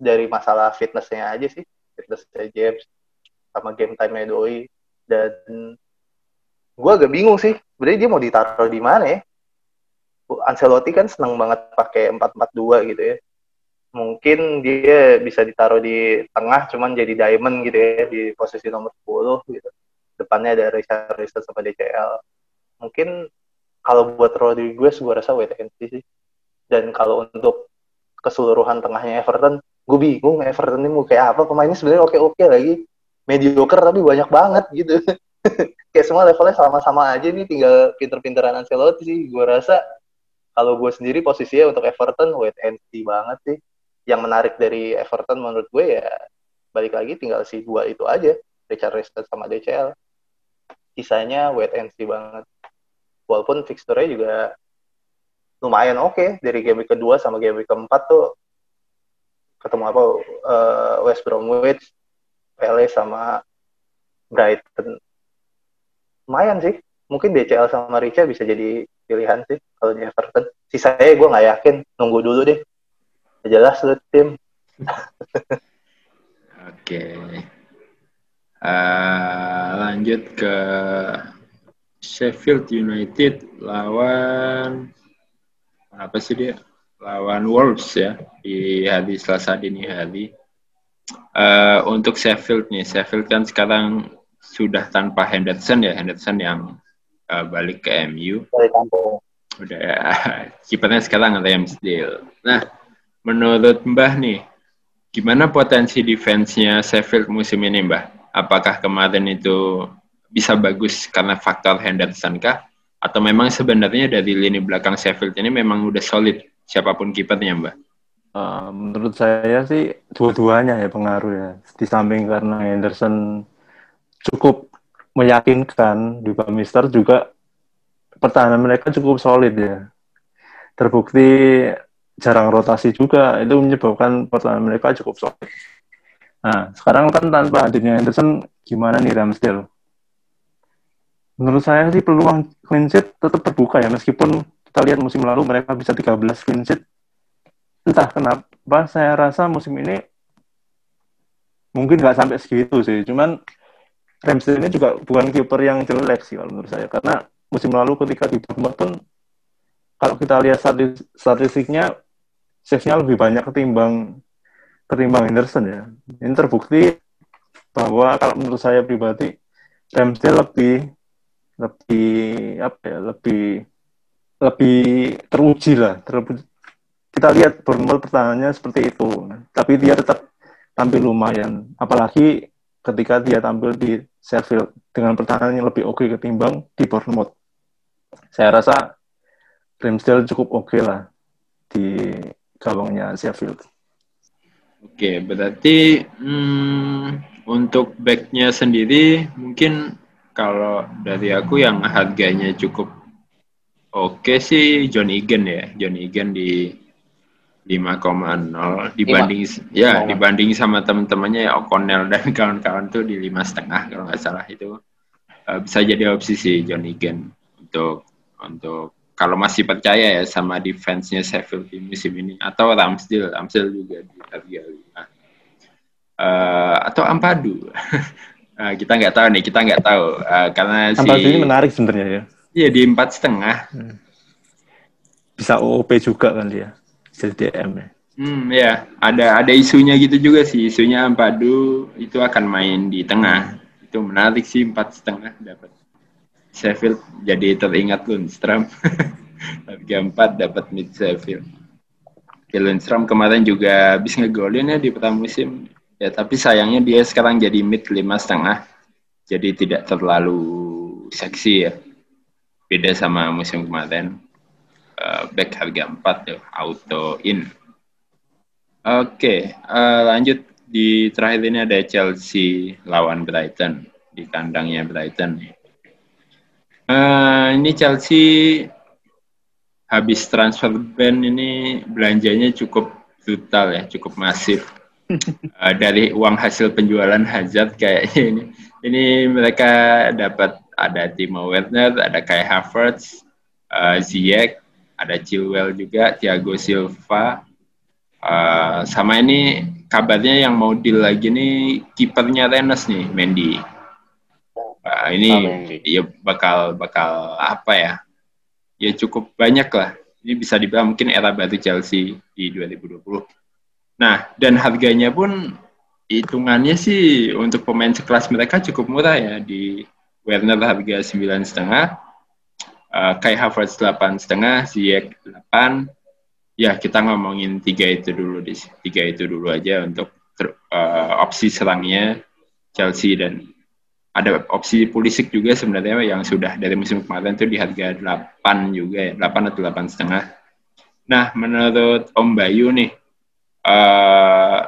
dari masalah fitnessnya aja sih, fitnessnya James sama game time-nya Doi. Dan gue agak bingung sih, sebenarnya dia mau ditaruh di mana ya? Ancelotti kan seneng banget pakai empat empat dua gitu ya. Mungkin dia bisa ditaruh di tengah, cuman jadi diamond gitu ya, di posisi nomor sepuluh gitu. Depannya ada Richarlison sama D C L. Mungkin kalau buat Rodriguez, gue rasa wait and see sih. Dan kalau untuk keseluruhan tengahnya Everton, gue bingung Everton ini mau kayak apa. Pemainnya sebenarnya oke-oke lagi. Mediocre tapi banyak banget gitu. Kayak semua levelnya sama-sama aja nih, tinggal pinter-pinteran Ancelotti sih. Gue rasa kalau gue sendiri posisinya untuk Everton wait and see banget sih. Yang menarik dari Everton menurut gue ya balik lagi tinggal si dua itu aja, Richarlison sama D C L. Sisanya wait and see banget. Walaupun fixture-nya juga lumayan oke okay. Dari game week kedua sama game week keempat tuh ketemu apa uh, West Bromwich, Palace sama Brighton. Lumayan sih. Mungkin D C L sama Richa bisa jadi pilihan sih kalau di Everton. Sisanya gue nggak yakin, nunggu dulu deh. Jelas lu tim. Oke. Uh, lanjut ke Sheffield United lawan apa sih dia? Lawan Wolves ya di hari Selasa dini hari. Uh, untuk Sheffield nih, Sheffield kan sekarang sudah tanpa Henderson ya, Henderson yang uh, balik ke M U. Balik kampung. Udah kipernya sekarang Ramsdale. Nah, menurut Mbah nih, gimana potensi defense-nya Sheffield musim ini, Mbah? Apakah kemarin itu bisa bagus karena faktor Henderson kah? Atau memang sebenarnya dari lini belakang Sheffield ini memang udah solid siapapun kipernya, Mbah? Uh, menurut saya sih dua-duanya ya pengaruh ya. Di samping karena Henderson cukup meyakinkan di Bamister juga pertahanan mereka cukup solid ya. Terbukti jarang rotasi juga, itu menyebabkan pertahanan mereka cukup solid. Nah, sekarang kan tanpa hadirnya Henderson, gimana nih Ramsdale? Menurut saya sih peluang clean sheet tetap terbuka ya, meskipun kita lihat musim lalu mereka bisa tiga belas clean sheet. Entah kenapa, saya rasa musim ini mungkin nggak sampai segitu sih, cuman Ramsdale ini juga bukan kiper yang jelek sih kalau menurut saya, karena musim lalu ketika di Bournemouth pun, kalau kita lihat statistiknya, save-nya lebih banyak ketimbang ketimbang Henderson ya. Ini terbukti bahwa kalau menurut saya pribadi Ramsdale lebih lebih apa ya lebih lebih teruji lah. Teruji. Kita lihat Bournemouth pertahanannya seperti itu, tapi dia tetap tampil lumayan. Apalagi ketika dia tampil di Sheffield dengan pertahanan yang lebih oke ketimbang di Bournemouth. Saya rasa Ramsdale cukup oke lah di gawangnya Sheffield. Oke, berarti hmm, untuk back-nya sendiri mungkin kalau dari aku yang harganya cukup oke sih John Egan ya. John Egan di lima koma nol dibanding lima. ya lima. Dibanding sama teman-temannya ya O'Connell dan kawan-kawan tuh di lima setengah kalau nggak salah itu uh, bisa jadi opsi sih John Egan untuk untuk kalau masih percaya ya sama defense-nya Sheffield di musim ini, atau Ramsdale, Ramsdale juga di harga lima. Uh, atau Ampadu. uh, kita nggak tahu nih, kita nggak tahu. Uh, karena Ampadu si... ini menarik sebenarnya ya. Iya, di empat setengah. Hmm. Bisa O O P juga kan dia, jadi D M ya. Hmm, ya. Ada, ada isunya gitu juga sih. Isunya Ampadu itu akan main di tengah. Hmm. Itu menarik sih, empat setengah dapat. Sheffield jadi teringat Lundstram. Harga empat dapat mid Sheffield. Lundstram kemarin juga habis ngegolin ya di pramusim. Ya tapi sayangnya dia sekarang jadi mid lima setengah. Jadi tidak terlalu seksi ya. Beda sama musim kemarin. Uh, back harga empat ya, auto in. Oke, okay, uh, lanjut di terakhir ini ada Chelsea lawan Brighton di kandangnya Brighton. Uh, ini Chelsea habis transfer ban ini belanjanya cukup brutal ya, cukup masif. Uh, dari uang hasil penjualan Hazard kayaknya ini. Ini mereka dapat ada Timo Werner, ada Kai Havertz, uh, Ziyech, ada Chilwell juga, Thiago Silva. Uh, sama ini kabarnya yang mau deal lagi nih kipernya Rennes nih, Mendy. Nah, ini ya bakal bakal apa ya? Ya cukup banyak lah. Ini bisa dibilang mungkin era baru Chelsea di dua ribu dua puluh. Nah, dan harganya pun hitungannya sih untuk pemain sekelas mereka cukup murah ya. Di Werner harga sembilan koma lima, uh, Kai Havertz delapan koma lima, Ziyech delapan. Ya, kita ngomongin tiga itu dulu di tiga itu dulu aja untuk uh, opsi serangnya Chelsea, dan ada opsi Pulisic juga sebenarnya yang sudah dari musim kemarin itu di harga delapan juga ya, delapan atau delapan koma lima. Nah, menurut Om Bayu nih, uh,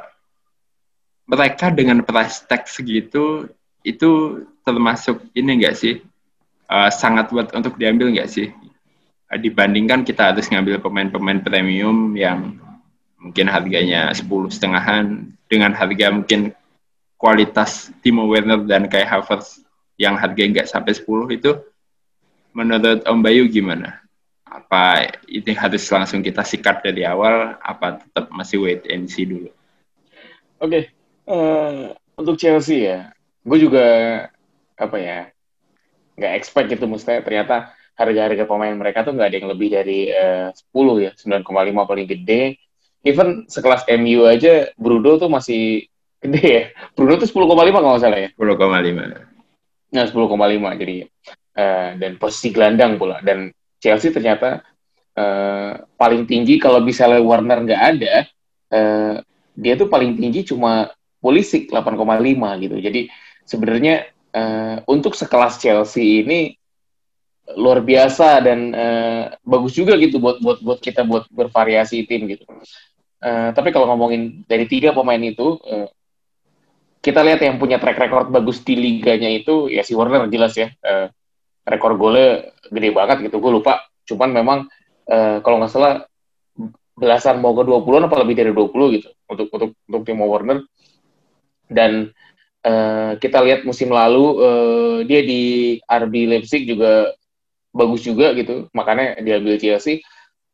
mereka dengan price tag segitu itu termasuk ini enggak sih? Uh, sangat worth untuk diambil enggak sih? Uh, dibandingkan kita harus ngambil pemain-pemain premium yang mungkin harganya sepuluh setengahan dengan harga mungkin kualitas Timo Werner dan Kai Havertz yang harganya nggak sampai sepuluh itu, menurut Om Bayu gimana? Apa itu harus langsung kita sikat dari awal, apa tetap masih wait and see dulu? Oke, okay. uh, untuk Chelsea ya, gue juga apa ya, nggak expect gitu, mestinya ternyata harga-harga pemain mereka tuh nggak ada yang lebih dari uh, sepuluh ya, sembilan koma lima paling gede. Even sekelas M U aja, Bruno tuh masih gede ya. Bruno tuh sepuluh koma lima kalau nggak salah ya. sepuluh koma lima. Nah, sepuluh koma lima jadi uh, dan posisi gelandang pula. Dan Chelsea ternyata uh, paling tinggi kalau misalnya Werner nggak ada, uh, dia tuh paling tinggi cuma Pulisic delapan koma lima gitu. Jadi sebenarnya uh, untuk sekelas Chelsea ini luar biasa dan uh, bagus juga gitu buat buat buat kita buat bervariasi tim gitu. Uh, tapi kalau ngomongin dari tiga pemain itu, uh, kita lihat yang punya track record bagus di liganya itu ya si Werner jelas ya. Uh, rekor golnya gede banget gitu. Gue lupa. Cuman memang uh, kalau nggak salah belasan mau ke dua puluhan apa lebih dari dua puluh gitu untuk untuk untuk Timo Werner. Dan uh, kita lihat musim lalu uh, dia di R B Leipzig juga bagus juga gitu. Makanya diambil Chelsea.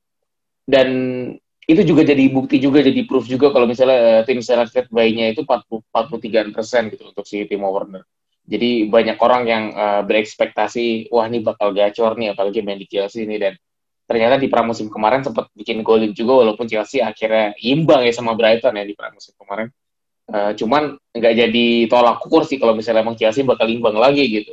Dan itu juga jadi bukti juga, jadi proof juga kalau misalnya uh, tim selected by-nya itu empat puluh tiga persen gitu untuk si Timo Werner. Jadi banyak orang yang uh, berekspektasi, wah ini bakal gacor nih, apalagi main di Chelsea ini. Dan ternyata di pramusim kemarin sempat bikin golin juga, walaupun Chelsea akhirnya imbang ya sama Brighton ya di pramusim kemarin. Uh, cuman nggak jadi tolak ukur sih kalau misalnya emang Chelsea bakal imbang lagi gitu.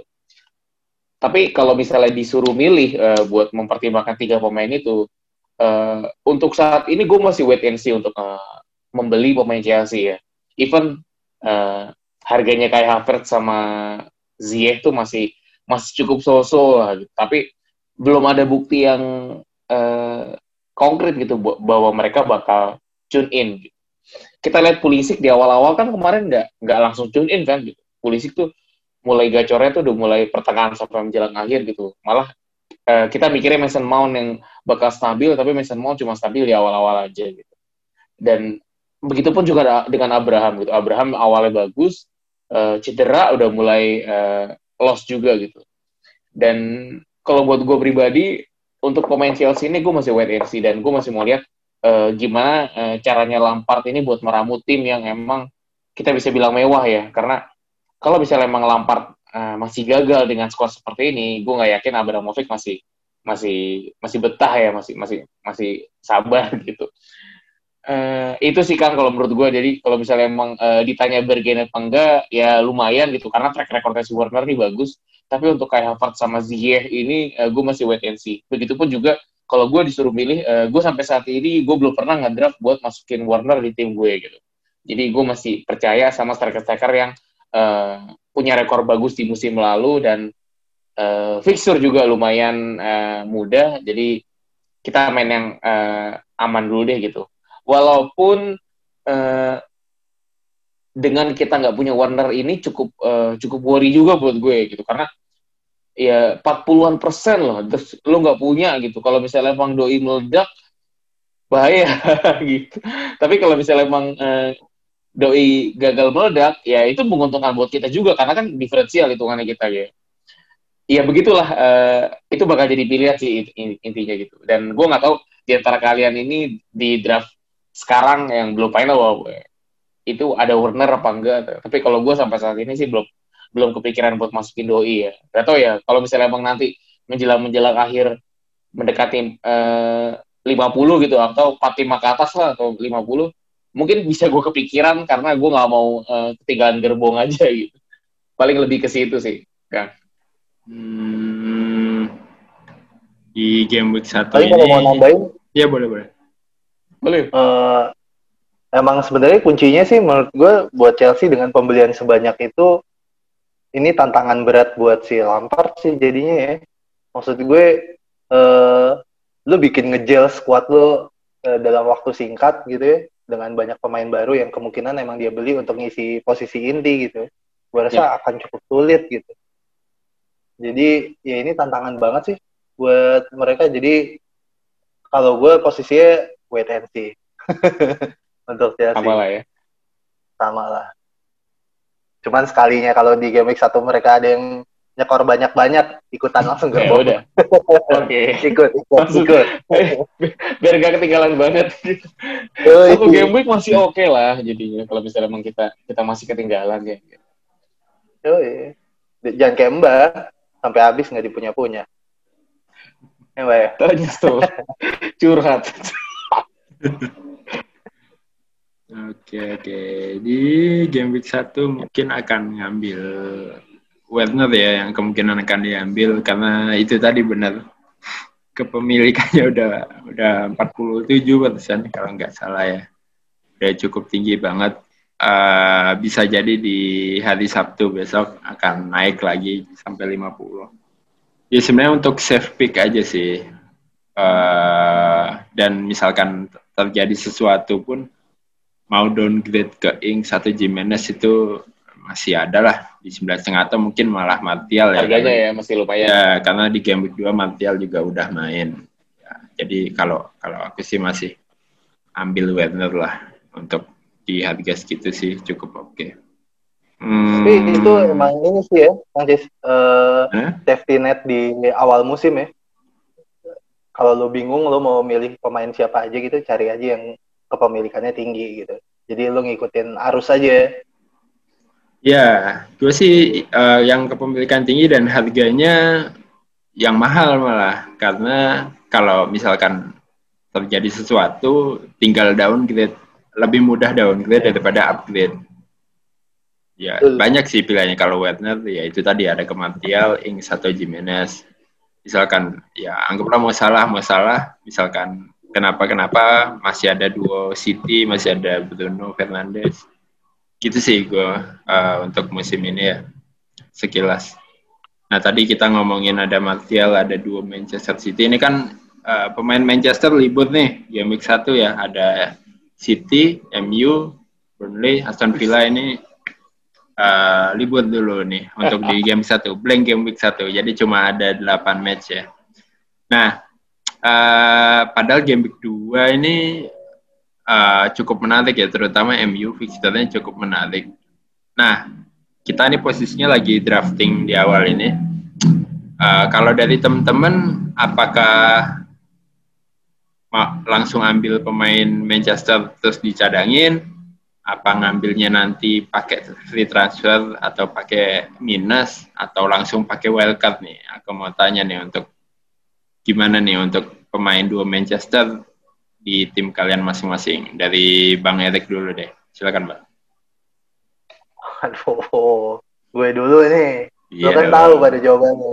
Tapi kalau misalnya disuruh milih uh, buat mempertimbangkan tiga pemain itu, Uh, untuk saat ini gue masih wait and see untuk uh, membeli pemain Chelsea ya. Even uh, harganya kayak Havertz sama Ziyech tuh masih masih cukup so-so lah gitu. Tapi belum ada bukti yang uh, konkret gitu bahwa mereka bakal tune in gitu. Kita lihat Pulisic di awal-awal kan kemarin nggak nggak langsung tune in kan gitu. Pulisic tuh mulai gacornya tuh udah mulai pertengahan sampai menjelang akhir gitu. Malah Uh, kita mikirnya Mason Mount yang bakal stabil, tapi Mason Mount cuma stabil di awal-awal aja gitu. Dan begitupun juga dengan Abraham gitu. Abraham awalnya bagus, uh, cedera udah mulai uh, lost juga gitu. Dan kalau buat gue pribadi, untuk pemain Chelsea ini gue masih wait and see, dan gue masih mau lihat uh, gimana uh, caranya Lampard ini buat meramu tim yang emang kita bisa bilang mewah ya. Karena kalau misalnya emang Lampard Uh, masih gagal dengan skor seperti ini, gue nggak yakin Abramovich masih masih masih betah ya, masih masih masih sabar gitu. Uh, itu sih kan kalau menurut gue. Jadi kalau misalnya emang uh, ditanya Bergane apa enggak, ya lumayan gitu karena track recordnya si Werner ini bagus. Tapi untuk kayak Havertz sama Ziyech ini, uh, gue masih wait and see. Begitupun juga kalau gue disuruh milih, uh, gue sampai saat ini gue belum pernah nge-draft buat masukin Werner di tim gue gitu. Jadi gue masih percaya sama striker-striker yang uh, punya rekor bagus di musim lalu, dan uh, fixture juga lumayan uh, mudah, jadi kita main yang uh, aman dulu deh gitu. Walaupun uh, dengan kita nggak punya Werner ini cukup uh, cukup worry juga buat gue gitu, karena ya empat puluhan persen loh, terus lo nggak punya gitu. Kalau misalnya emang doi meledak, bahaya gitu. Tapi kalau misalnya emang uh, doi gagal meledak, ya itu menguntungkan buat kita juga, karena kan diferensial hitungannya kita ya. Ya begitulah, uh, itu bakal jadi pilihan sih intinya gitu. Dan gue nggak tahu di antara kalian ini di draft sekarang yang belum final, itu ada Werner apa enggak. Tapi kalau gue sampai saat ini sih belum belum kepikiran buat masukin doi ya. Gak tau ya, kalau misalnya emang nanti menjelang-menjelang akhir mendekati eh, lima puluh gitu, atau empat puluh lima ke atas lah, atau lima puluh, mungkin bisa gue kepikiran karena gue nggak mau eh, ketinggalan gerbong aja gitu. Paling lebih ke situ sih, Kang. Hmm, di game week satu Tapi ini. kalau mau nambahin, ya boleh boleh. Boleh. Uh, emang sebenarnya kuncinya sih menurut gue buat Chelsea dengan pembelian sebanyak itu, ini tantangan berat buat si Lampard sih jadinya ya. Maksud gue, uh, lu bikin ngejel squad lu uh, dalam waktu singkat gitu ya, dengan banyak pemain baru yang kemungkinan emang dia beli untuk ngisi posisi inti gitu. Gue rasa yeah. akan cukup sulit gitu. Jadi ya ini tantangan banget sih buat mereka. Jadi kalau gue posisinya wait and see untuk Chelsea. Sama lah ya. Sama lah. Cuman sekalinya kalau di game week satu mereka ada yang nyekor banyak-banyak, ikutan langsung ya gerbong. udah. Oke. Okay. ikut, ikut, ikut. Biar gak ketinggalan banget. Oh, satu game week masih oke okay lah jadinya kalau misalnya emang kita kita masih ketinggalan ya. Oh iya. Jangan kayak Mbak, sampai habis nggak dipunya-punya. Ya Mbak ya? Tanya tuh. Curhat. Oke, oke. Di game week satu mungkin akan ngambil Werner ya, yang kemungkinan akan diambil karena itu tadi benar kepemilikannya udah udah empat puluh tujuh persen kalau nggak salah ya. Udah cukup tinggi banget. Uh, bisa jadi di hari Sabtu besok akan naik lagi sampai lima puluh. Ya sebenarnya untuk safe pick aja sih. Uh, dan misalkan terjadi sesuatu pun mau downgrade ke Ings atau Jimenez itu masih ada lah di sembilan koma lima atau mungkin malah Martial ya. Harganya ya masih lumayan. Ya karena di game week dua Martial juga udah main. Ya, jadi kalau kalau aku sih masih ambil Werner lah untuk di harga segitu sih cukup oke. Okay. Hmm. Tapi itu emang ini sih ya, Francis, uh, eh? safety net di awal musim ya. Kalau lo bingung lo mau milih pemain siapa aja gitu, cari aja yang kepemilikannya tinggi gitu. Jadi lo ngikutin arus aja. Ya, gue sih uh, yang kepemilikan tinggi dan harganya yang mahal malah. Karena kalau misalkan terjadi sesuatu, tinggal downgrade. Lebih mudah downgrade daripada upgrade. Ya, Betul. Banyak sih pilihannya. Kalau Werner, ya itu tadi ada ke Martial, Ings atau Jimenez. Misalkan, ya anggaplah mau salah, mau salah. Misalkan, kenapa-kenapa, masih ada duo City, masih ada Bruno Fernandes. Gitu sih gue uh, untuk musim ini ya, sekilas. Nah, tadi kita ngomongin ada Martial, ada duo Manchester City. Ini kan uh, pemain Manchester libur nih, game week satu ya. Ada City, M U, Burnley, Aston Villa ini uh, libur dulu nih untuk di game satu, blank game week satu. Jadi cuma ada delapan match ya. Nah, uh, padahal game week dua ini uh, cukup menarik ya, terutama M U fixturenya cukup menarik. Nah, kita ini posisinya lagi drafting di awal ini. Uh, kalau dari teman-teman, apakah langsung ambil pemain Manchester terus dicadangin, apa ngambilnya nanti pakai free transfer atau pakai minus atau langsung pakai wildcard nih? Aku mau tanya nih untuk gimana nih untuk pemain dua Manchester di tim kalian masing-masing. Dari Bang Erik dulu deh, silakan Bang. Aduh, gue dulu nih. Iya, lo kan tahu pada jawabannya.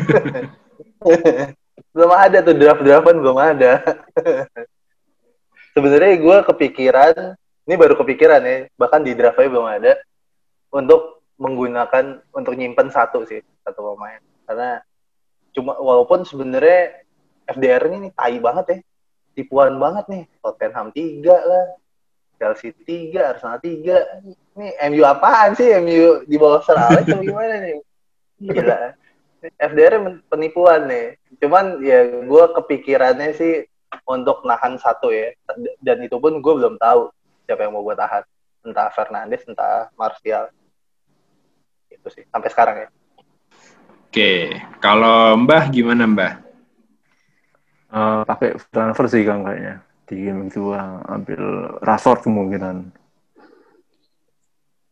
Belum ada tuh draft-draftan, belum ada. Sebenarnya gue kepikiran, ini baru kepikiran ya, bahkan di draftnya belum ada, untuk menggunakan, untuk nyimpen satu sih, satu pemain. Karena cuma, walaupun sebenarnya F D R-nya ini tai banget ya, tipuan banget nih, Tottenham tiga lah, Chelsea tiga, Arsenal tiga, ini M U apaan sih, M U di bawah Sir Alex atau gimana nih? Gila. F D R penipuan nih. Cuman ya gue kepikirannya sih untuk nahan satu ya. Dan itu pun gue belum tahu siapa yang mau gue tahan. Entah Fernandes, entah Martial. Itu sih, sampai sekarang ya. Oke, kalau Mbah gimana Mbah? Uh, pakai transfer sih Kang kayaknya. Di game itu ambil Rashford kemungkinan.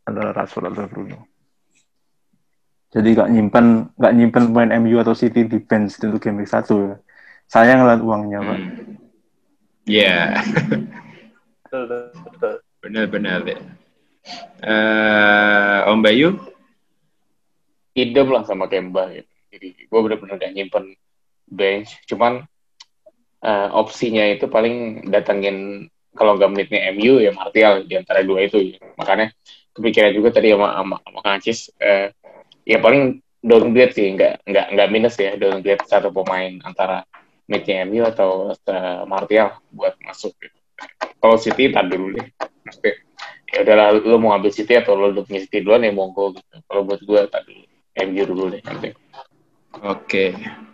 antara Rashford atau Bruno. Jadi nggak nyimpan nggak nyimpan pemain M U atau City di bench untuk game week satu. Sayang lah uangnya, Pak. Iya. Betul, betul. Benar-benar deh. Uh, Om Bayu? Idem lah sama Kemba gitu. Jadi gue bener-bener gak nyimpen bench. Cuman uh, opsinya itu paling datengin kalau nggak menitnya M U ya Martial di antara dua itu. Ya. Makanya kepikiran juga tadi sama sama, sama Kang Acis. Uh, ya paling downgrade sih, nggak nggak nggak minus ya, downgrade satu pemain antara midnya M U atau uh, Martial buat masuk gitu. Kalau City tar dulu deh, maksudnya ya udahlah lo mau ambil City atau lo udah punya City duluan ya monggo gitu. Kalau buat gue tar dulu M U dulu deh. Oke. Okay.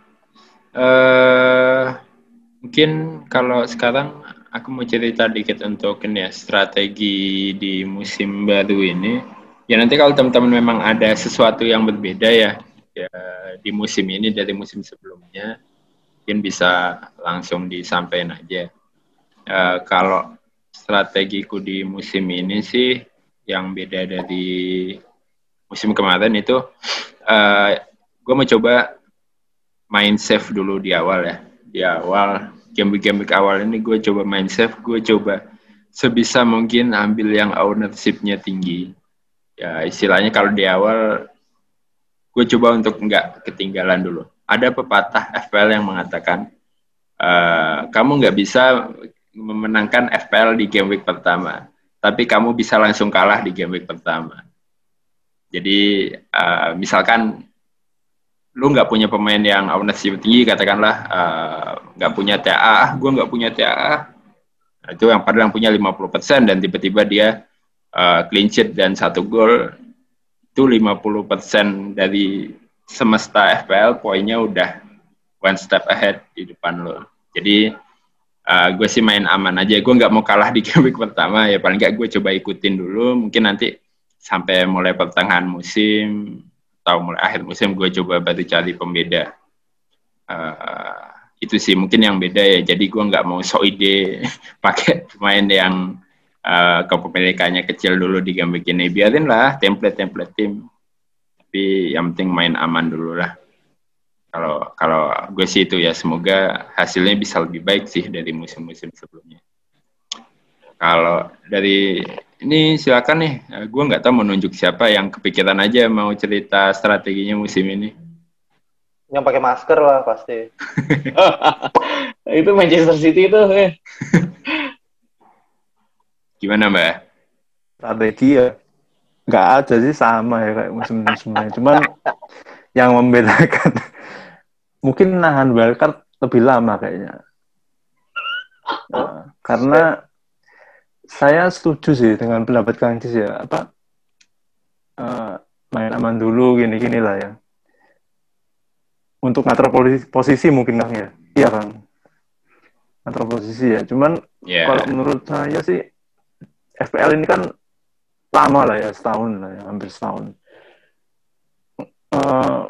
Uh, mungkin kalau sekarang aku mau cerita dikit untuk ini ya, strategi di musim baru ini. Ya nanti kalau teman-teman memang ada sesuatu yang berbeda ya, ya di musim ini dari musim sebelumnya, mungkin bisa langsung disampaikan aja. Uh, kalau strategiku di musim ini sih yang beda dari musim kemarin itu, uh, gue mau coba main safe dulu di awal ya. Di awal, game-game awal ini gue coba main safe, gue coba sebisa mungkin ambil yang ownership-nya tinggi. Ya istilahnya kalau di awal gue coba untuk nggak ketinggalan dulu. Ada pepatah F P L yang mengatakan uh, kamu nggak bisa memenangkan F P L di game week pertama, tapi kamu bisa langsung kalah di game week pertama. Jadi uh, misalkan lu nggak punya pemain yang ownership tinggi, katakanlah nggak uh, punya T A A, gue nggak punya T A A, nah, itu yang padahal yang punya lima puluh persen dan tiba-tiba dia Uh, clean sheet dan satu gol, itu lima puluh persen dari semesta F P L, poinnya udah one step ahead di depan lo. Jadi uh, gue sih main aman aja, gue nggak mau kalah di game week pertama, ya paling nggak gue coba ikutin dulu, mungkin nanti sampai mulai pertengahan musim atau mulai akhir musim gue coba baru cari pembeda. Uh, itu sih mungkin yang beda ya, jadi gue nggak mau so ide pakai pemain yang Uh, kepemilikannya kecil dulu di game begini, biarin lah template-template tim, tapi yang penting main aman dulu lah. Kalau kalau gue sih itu ya, semoga hasilnya bisa lebih baik sih dari musim-musim sebelumnya. Kalau dari ini silakan nih, gue nggak tahu mau nunjuk siapa, yang kepikiran aja mau cerita strateginya musim ini. Yang pakai masker lah pasti. Itu Manchester City itu. Eh. Gimana Mbak? Strategi ya nggak ada sih, sama ya kayak musim-musimnya. Cuman yang membedakan mungkin nahan wildcard lebih lama kayaknya. Nah, karena saya setuju sih dengan pendapat Kang Cis ya, apa uh, main aman dulu gini-gini lah ya. Untuk ngatur posisi, posisi mungkin Kang ya, iya Kang. Ngatur posisi ya. Cuman yeah. Kalau menurut saya sih F P L ini kan lama lah ya, setahun lah ya, hampir setahun. Uh,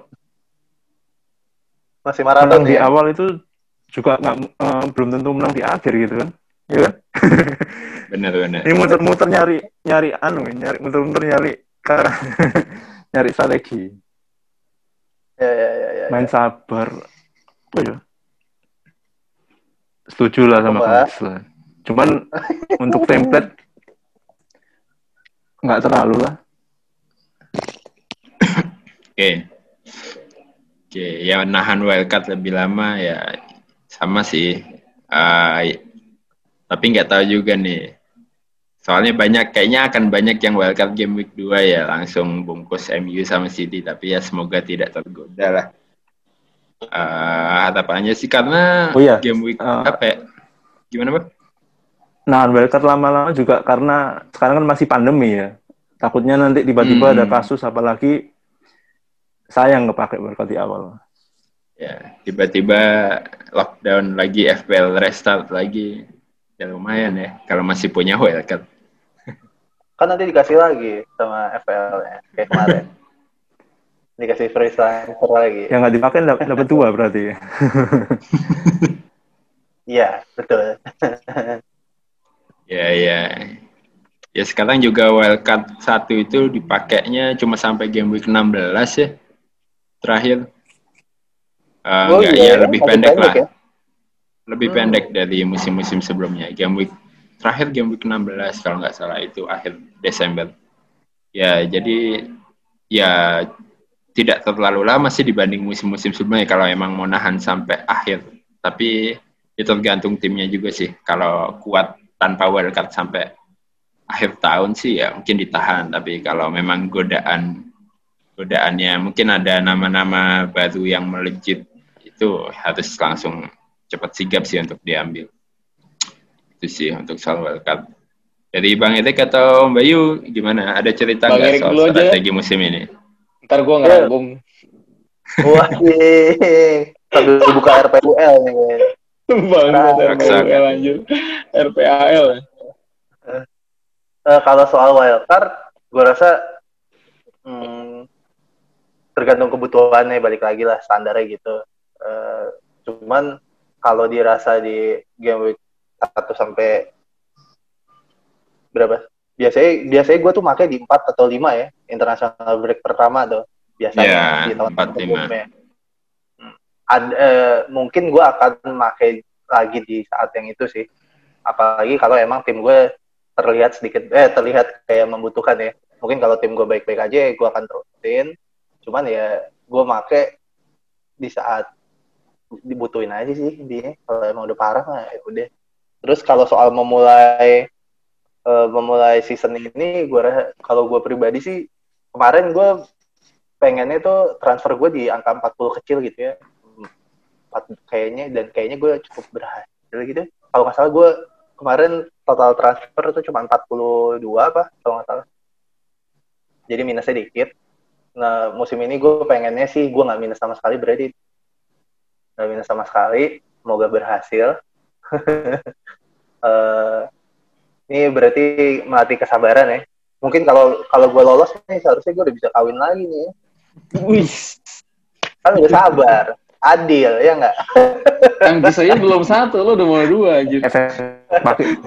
Masih maraton menang ya? Di awal itu juga nggak uh, belum tentu menang di akhir gitu kan, ya kan? Benar-benar. Ini muter-muter nyari nyari anu, nyari muter-muter nyari karena nyari strategi. Ya, ya, ya, ya, Main ya. sabar. Oh ya. Setuju lah sama Kang Cis lah. Cuman untuk template nggak terlalu lah. Oke. Okay. Oke, okay. Ya nahan wildcard lebih lama ya sama sih. Uh, tapi nggak tahu juga nih. Soalnya banyak, kayaknya akan banyak yang wildcard game week dua ya, langsung bungkus M U sama City, tapi ya semoga tidak tergoda lah. Uh, harapannya sih karena oh, iya. game week uh, apa ya? Gimana, Bang? Nah, wildcard lama-lama juga karena sekarang kan masih pandemi ya. Takutnya nanti tiba-tiba hmm. ada kasus, apalagi sayang ngepakai wildcard di awal. Ya, tiba-tiba lockdown lagi, F P L restart lagi. Ya lumayan ya, kalau masih punya wildcard. Kan nanti dikasih lagi sama F P L-nya, kayak kemarin. Dikasih free transfer lagi. Yang nggak dipakai dapat dua berarti. Iya, betul. Ya, ya. Ya sekarang juga wildcard satu itu dipakainya cuma sampai game week enam belas ya. Terakhir. Uh, oh, enggak, iya, ya ya, lebih pendek, pendek lah. Ya? Lebih hmm. pendek dari musim-musim sebelumnya. Game week terakhir game week enam belas kalau nggak salah itu akhir Desember. Ya, jadi ya tidak terlalu lama sih dibanding musim-musim sebelumnya kalau emang mau nahan sampai akhir. Tapi itu tergantung timnya juga sih. Kalau kuat tanpa wildcard sampai akhir tahun sih ya mungkin ditahan. Tapi kalau memang godaan godaannya mungkin ada nama-nama baru yang melejit, itu harus langsung cepat sigap sih untuk diambil. Itu sih untuk soal wildcard. Dari Bang Erik atau Mbak Yu gimana? Ada cerita nggak soal strategi aja. Musim ini? Ntar gue ngerangkum. Wah, sambil buka R P U L nih. Bang, R P U L lanjut. R P A L. Uh, uh, kalau soal wildcard, gue rasa hmm, tergantung kebutuhannya, balik lagi lah standarnya gitu. Uh, cuman kalau dirasa di game week satu sampai berapa? Biasanya biasanya gue tuh pakai di empat atau lima ya, international break pertama tuh biasanya yeah, di tahun empat lima. Ada uh, mungkin gue akan pakai lagi di saat yang itu sih. Apalagi kalau emang tim gue terlihat sedikit eh terlihat kayak membutuhkan ya. Mungkin kalau tim gue baik-baik aja gue akan terusin. Cuman ya gue pakai di saat dibutuhin aja sih intinya. Kalau emang udah parah nah ya udah. Terus kalau soal memulai uh, memulai season ini, gue kalau gue pribadi sih kemarin gue pengennya tuh transfer gue di angka empat puluh kecil gitu ya. Kayaknya dan kayaknya gue cukup berhasil gitu. Kalau nggak salah gue kemarin total transfer tuh cuma empat puluh dua apa kalau nggak salah. Jadi minusnya dikit. Nah musim ini gue pengennya sih gue nggak minus sama sekali, berarti nggak minus sama sekali. Semoga berhasil. uh, ini berarti melatih kesabaran ya. Mungkin kalau kalau gue lolos nih seharusnya gue udah bisa kawin lagi nih. Wih, kan udah sabar, adil ya nggak? Yang bisanya belum satu, lo udah mau dua aja. Pakai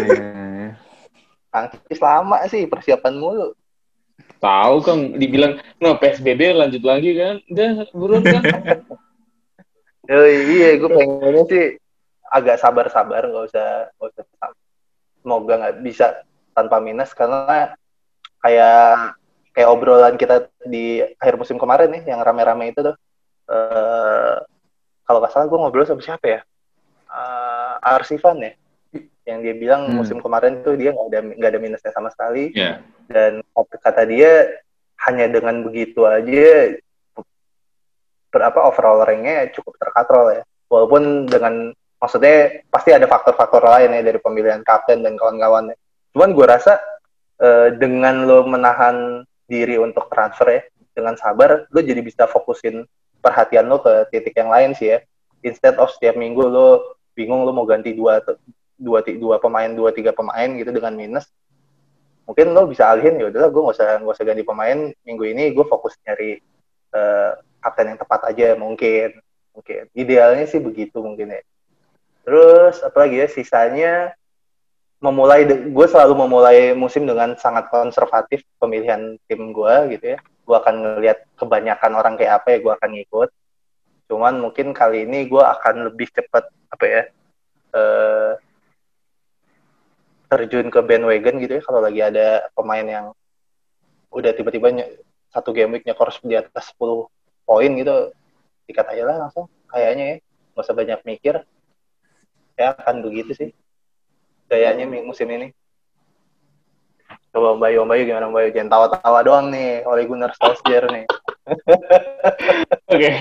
Kang Cis lama sih persiapan mulu. Tahu Kang, dibilang no P S B B lanjut lagi kan, udah burun kan? Oh, iya, gue pengennya sih agak sabar-sabar, nggak usah, nggak usah. Semoga nggak bisa tanpa minus karena kayak kayak obrolan kita di akhir musim kemarin nih yang rame-rame itu tuh. Uh, kalau nggak salah gue ngobrol sama siapa ya? Uh, Arsivan ya, yang dia bilang hmm. musim kemarin tuh dia nggak ada nggak ada minusnya sama sekali. Yeah. Dan kata dia hanya dengan begitu aja berapa overall ranknya cukup terkontrol ya. Walaupun dengan maksudnya pasti ada faktor-faktor lain ya dari pemilihan kapten dan kawan-kawannya. Cuman gue rasa uh, dengan lo menahan diri untuk transfer ya, dengan sabar, lo jadi bisa fokusin perhatian lo ke titik yang lain sih ya. Instead of setiap minggu lo bingung lo mau ganti dua dua dua pemain, dua tiga pemain gitu dengan minus. Mungkin lo bisa alihin ya udahlah gue nggak usah nggak usah ganti pemain minggu ini, gue fokus nyari uh, kapten yang tepat aja mungkin. Mungkin idealnya sih begitu mungkin ya. Terus apa lagi ya, sisanya memulai, gue selalu memulai musim dengan sangat konservatif pemilihan tim gue gitu ya. Gue akan ngelihat kebanyakan orang kayak apa ya, gue akan ngikut. Cuman mungkin kali ini gue akan lebih cepat apa ya, uh, terjun ke bandwagon gitu ya. Kalau lagi ada pemain yang udah tiba-tiba ny- satu game week nyekor di atas sepuluh poin gitu, dikat aja lah langsung kayaknya ya, nggak usah banyak mikir. Ya akan begitu sih gayanya musim ini. Coba Mbak Yu, Mbak Yu gimana Mbak Yu? Jangan tawa-tawa doang nih Ole Gunnar Solskjaer nih. Oke. Okay.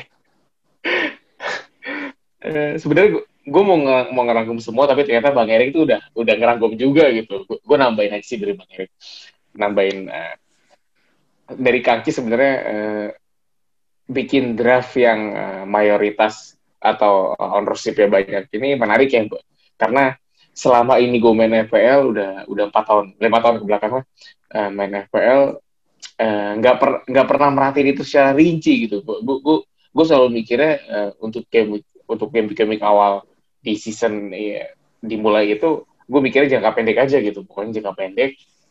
uh, sebenarnya gue mau ng- mau ngerangkum semua, tapi ternyata Bang Erik itu udah udah ngerangkum juga gitu. Gue nambahin aja sih dari Bang Erik. Nambahin uh, dari Kangki sebenarnya uh, bikin draft yang uh, mayoritas atau ownership-nya banyak ini menarik ya, karena selama ini gue main F P L udah udah empat tahun, lima tahun kebelakang lah uh, main F P L nggak uh, per nggak pernah merhatiin itu secara rinci gitu. Gue gue gue selalu mikirnya uh, untuk game untuk game game awal di season ya, dimulai itu gue mikirnya jangka pendek aja gitu, pokoknya jangka pendek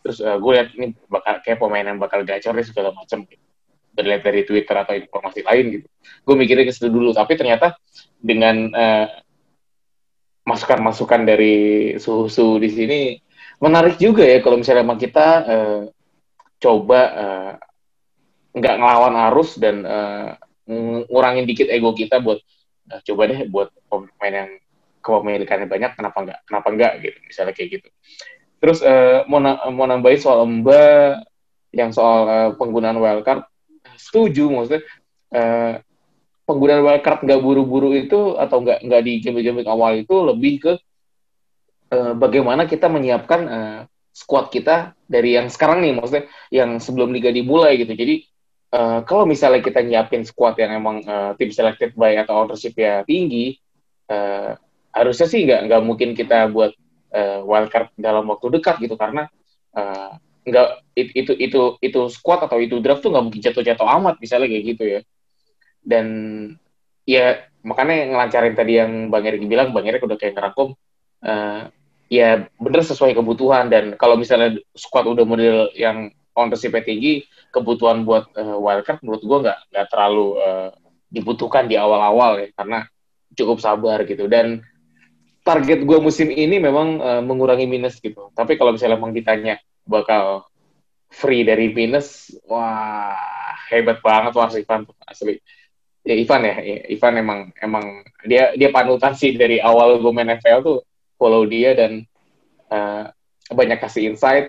Terus uh, gue lihat ini bakal kayak pemain yang bakal gacor deh segala macam gitu. Berlihat dari Twitter atau informasi lain gitu. Gue mikirnya ke situ dulu, tapi ternyata dengan uh, masukan-masukan dari suhu-suhu di sini menarik juga ya kalau misalnya emang kita uh, coba uh, nggak ngelawan arus dan uh, ngurangin dikit ego kita buat uh, coba deh buat pemain yang kepemilikannya banyak, kenapa nggak kenapa nggak gitu misalnya kayak gitu. Terus uh, mau na- mau nambahin soal Mba yang soal uh, penggunaan wildcard, setuju maksudnya uh, penggunaan wildcard nggak buru-buru itu atau nggak nggak di game-game awal itu lebih ke uh, bagaimana kita menyiapkan uh, squad kita dari yang sekarang nih, maksudnya yang sebelum liga dimulai gitu. Jadi uh, kalau misalnya kita nyiapin squad yang emang uh, tim selected by atau ownership ya tinggi, uh, harusnya sih nggak nggak mungkin kita buat uh, wildcard dalam waktu dekat gitu, karena uh, nggak it, itu itu itu squad atau itu draft tuh nggak mungkin jatuh-jatuh amat misalnya kayak gitu ya. Dan ya makanya ngelancarin tadi yang Bang Erik bilang, Bang Erik udah kayak ngerangkum uh, ya bener sesuai kebutuhan. Dan kalau misalnya squad udah model yang ownership-nya tinggi, kebutuhan buat uh, wildcard menurut gue nggak nggak terlalu uh, dibutuhkan di awal-awal ya, karena cukup sabar gitu. Dan target gue musim ini memang uh, mengurangi minus gitu. Tapi kalau misalnya emang ditanya bakal free dari minus, wah hebat banget wah Ivan asli. Ya Ivan ya, ya, Ivan emang emang dia dia panutan sih dari awal gue main N F L tuh, follow dia dan uh, banyak kasih insight.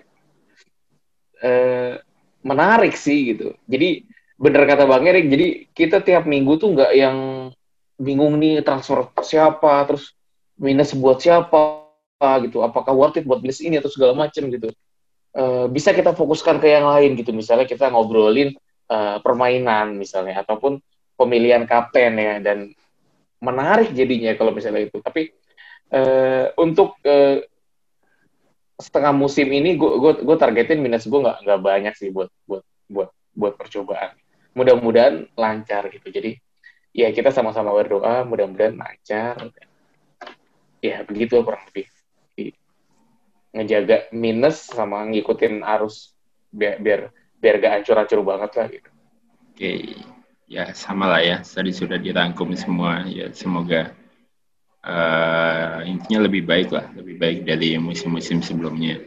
Uh, menarik sih gitu. Jadi bener kata Bang Erik, jadi kita tiap minggu tuh nggak yang bingung nih transfer siapa, terus minus buat siapa gitu, apakah worth it buat minus ini atau segala macam gitu. Uh, bisa kita fokuskan ke yang lain gitu, misalnya kita ngobrolin uh, permainan misalnya, ataupun pemilihan kapten ya, dan menarik jadinya kalau misalnya itu. Tapi uh, untuk uh, setengah musim ini gue gue gue targetin minus gue nggak nggak banyak sih buat buat buat buat percobaan. Mudah-mudahan lancar gitu. Jadi ya kita sama-sama berdoa mudah-mudahan lancar. Ya begitu kurang lebih, ngejaga minus sama ngikutin arus biar biar biar gak hancur-hancur banget lah gitu. Oke, ya sama lah ya. Tadi sudah dirangkum semua. Ya semoga uh, intinya lebih baik lah, lebih baik dari musim-musim sebelumnya.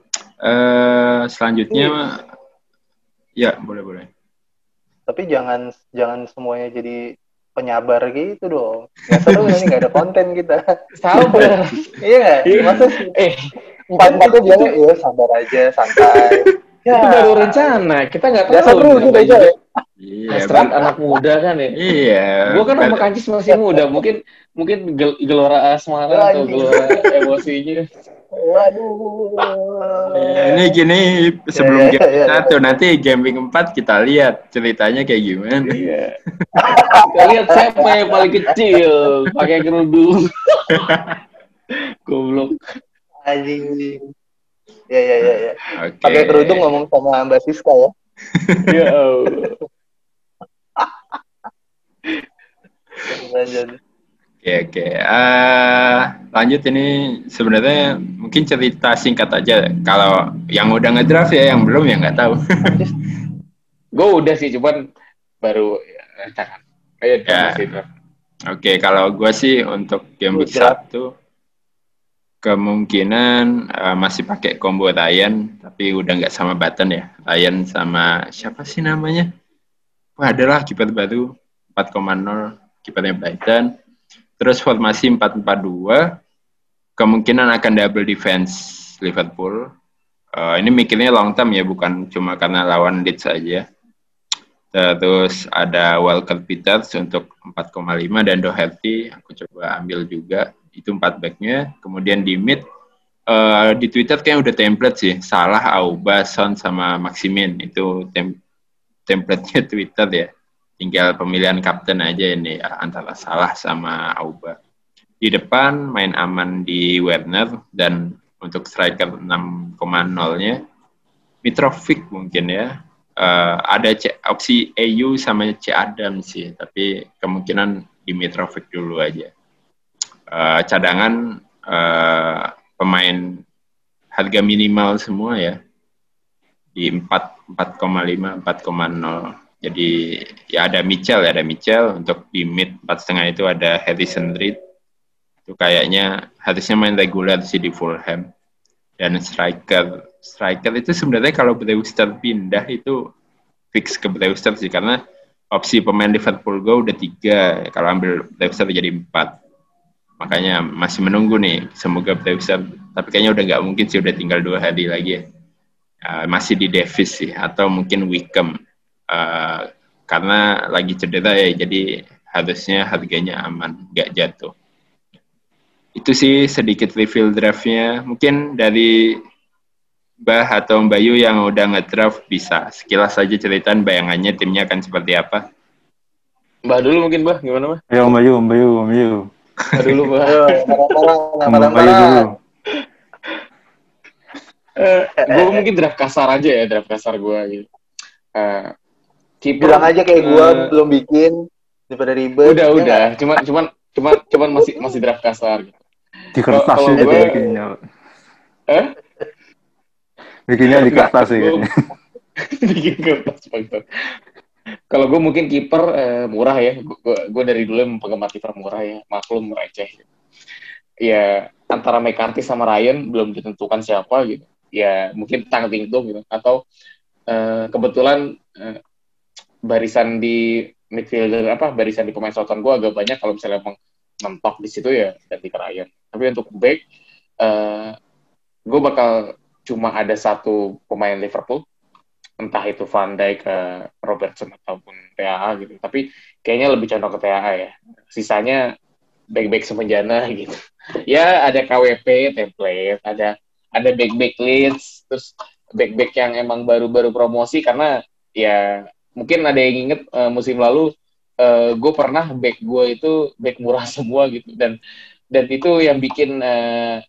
Uh, selanjutnya, uh. ya boleh boleh. Tapi jangan jangan semuanya jadi penyabar gitu dong. Nggak seru nanti nggak ada konten kita. Sabar. Iya nggak? Masa sih? Eh, empat-empatnya bilang, ya sabar aja, santai. Ya. Itu baru rencana. Kita nggak tahu. Nggak seru gitu aja. Iya, Astrid anak muda kan ya. Iya. Gua kan sama Kancis masih muda. Mungkin mungkin gel- gelora asmara atau gelora emosinya. Waduh. Ini gini sebelum ya, ya, game ya, satu ya. Nanti game empat kita lihat ceritanya kayak gimana. Iya. Kita lihat siapa yang paling kecil pakai kerudung. Goblok. Anjing. Ya ya ya ya. Okay. Pakai kerudung ngomong sama Mbak Siska ya. Ya Allah. Lanjut. Oke oke. Uh, lanjut ini sebenarnya mungkin cerita singkat aja. Kalau yang udah ngedraft ya, yang belum ya nggak tahu. Gue udah sih, cuman baru ya, jangan. Ayo ya. Oke, okay, kalau gue sih untuk game week satu kemungkinan uh, masih pakai combo Ryan, tapi udah nggak sama Button ya. Ryan sama siapa sih namanya? Wah, adalah kiper baru empat koma nol kipernya Brighton. Terus formasi empat empat dua, kemungkinan akan double defense Liverpool. Uh, ini mikirnya long term ya, bukan cuma karena lawan Leeds saja. Terus ada Walker Peters untuk empat koma lima dan Doherty, aku coba ambil juga. Itu empat back-nya. Kemudian di mid, uh, di Twitter kayaknya udah template sih. Salah, Auba, Son, sama Maximin. Itu tem- template-nya Twitter ya. Tinggal pemilihan kapten aja ini ya, antara Salah sama Auba. Di depan main aman di Werner, dan untuk striker enam koma nol-nya Mitrovic mungkin ya. Uh, ada C, opsi A U sama C Adams sih, tapi kemungkinan di Mitrovic dulu aja. Uh, cadangan uh, pemain harga minimal semua ya. di empat, empat koma lima, empat koma nol. Jadi ya ada Mitchell ya ada Mitchell untuk di mid empat setengah itu ada Harrison Reed. Itu kayaknya harusnya main reguler sih di Fulham. Dan striker striker itu sebenarnya kalau Brewster pindah itu fix ke Brewster sih karena opsi pemain Liverpool gue udah tiga, kalau ambil Brewster jadi empat. Makanya masih menunggu nih, semoga Brewster, tapi kayaknya udah nggak mungkin sih, udah tinggal dua hari lagi ya. Uh, masih di Davis sih, atau mungkin Wickham. Uh, karena lagi cedera ya, jadi harusnya harganya aman, nggak jatuh. Itu sih sedikit review draftnya. Mungkin dari Mbah atau Mbak Yu yang udah nge-draft bisa sekilas saja ceritain bayangannya timnya akan seperti apa. Mbah dulu mungkin, Mbah. Gimana, Mbah? Ayo Mbak Yu, Mbak Yu, Mbak Yu. Mbah dulu, Mbah. Mbak Yu dulu. Uh, gue mungkin draft kasar aja ya, draft kasar gue gitu. Uh, keeper, bilang aja kayak gue uh, belum bikin daripada ribet. Udah, udah. Cuman, cuman, cuman, cuman masih masih draft kasar. Gitu. Di kertas itu gue... bikinnya. Eh? Bikinnya di kertas sih. Bikin kertas, Pak. Kalau gue mungkin kiper eh, murah ya. Gue dari dulu penggemar kiper murah ya. Maklum receh. Ya antara McCarthy sama Ryan belum ditentukan siapa gitu. Ya mungkin Tang Ting Tung gitu. Atau eh, kebetulan eh, barisan di midfielder apa barisan di pemain Southampton gue agak banyak. Kalau misalnya emang mentok di situ ya ganti ke Ryan. Tapi untuk back eh, gue bakal cuma ada satu pemain Liverpool, entah itu Van Dijk ke Robertson ataupun T A A gitu. Tapi kayaknya lebih condong ke T A A ya. Sisanya back-back semenjana gitu. Ya ada K W P template, ada ada back-back Leeds, terus back-back yang emang baru-baru promosi karena ya mungkin ada yang inget uh, musim lalu uh, gue pernah back gue itu back murah semua gitu dan dan itu yang bikin uh,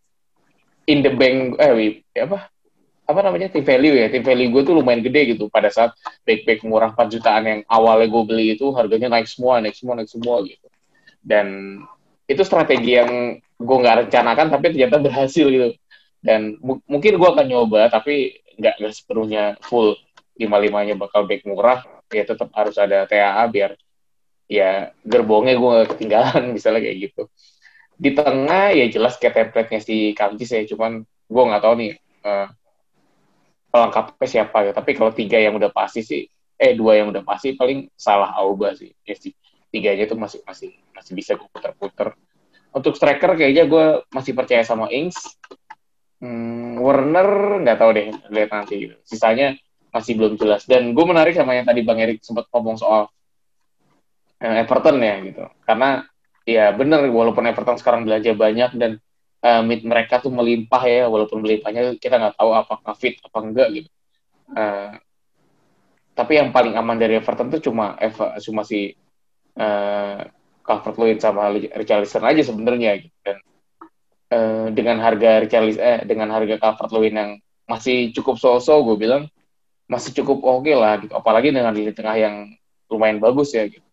in the bank eh apa apa namanya team value ya team value gue tuh lumayan gede gitu pada saat back-back murah empat jutaan yang awalnya gue beli itu harganya naik semua naik semua naik semua gitu dan itu strategi yang gue nggak rencanakan tapi ternyata berhasil gitu dan m- mungkin gue akan nyoba tapi nggak nggak sepenuhnya full lima limanya bakal back murah ya tetap harus ada T A A biar ya gerbongnya gue nggak ketinggalan misalnya kayak gitu. Di tengah ya jelas kayak template-nya si Kamtis ya, cuman gue nggak tahu nih uh, pelengkapnya siapa ya. Tapi kalau tiga yang udah pasti sih, eh dua yang udah pasti paling salah Auba sih. Ya sih, tiganya tuh masih masih masih bisa gue puter-puter. Untuk striker kayaknya gue masih percaya sama Ings. Hmm, Werner nggak tahu deh, lihat nanti. Gitu. Sisanya masih belum jelas. Dan gue menarik sama yang tadi Bang Erik sempat ngomong soal uh, Everton ya gitu, karena ya benar, walaupun Everton sekarang belanja banyak dan uh, mid mereka tuh melimpah ya, walaupun melimpahnya kita nggak tahu apakah fit apa enggak gitu. Uh, tapi yang paling aman dari Everton tuh cuma Eva, cuma si uh, Calvert-Lewin sama Richarlison aja sebenarnya gitu. Dan uh, dengan harga Richarlison, eh dengan harga Calvert-Lewin yang masih cukup so-so, gue bilang masih cukup oke okay lah gitu. Apalagi dengan di tengah yang lumayan bagus ya gitu.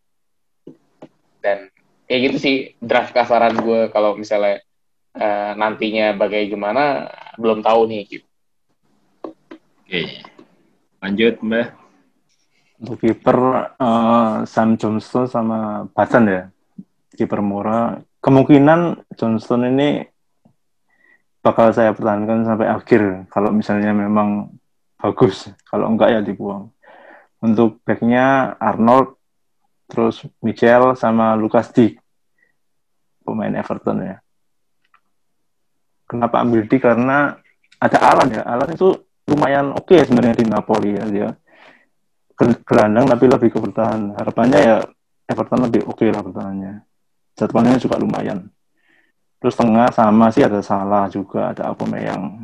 Dan kayak gitu sih draft kasaran gue kalau misalnya uh, nantinya bagaimana belum tahu nih gitu. Oke, lanjut Mbak. Untuk kiper uh, Sam Johnston sama Basan ya, kiper murah. Kemungkinan Johnston ini bakal saya pertahankan sampai akhir kalau misalnya memang bagus. Kalau enggak ya dibuang. Untuk backnya Arnold, terus Michel sama Lucas Digne, pemain Everton ya. Kenapa ambil Digne? Karena ada Alan ya. Alan itu lumayan oke okay sebenarnya di Napoli ya. Dia gelandang tapi lebih ke bertahan. Harapannya ya Everton lebih oke okay lah bertahannya. Jadwalnya juga lumayan. Terus tengah sama sih ada Salah juga, ada Aubameyang.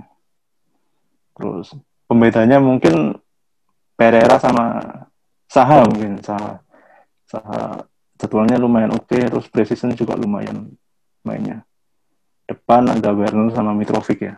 Terus pembedanya mungkin Pereira sama Saha mungkin Saha. Saha jadwalnya lumayan oke, okay, terus precision juga lumayan mainnya. Depan ada Werner sama Mitrovic ya.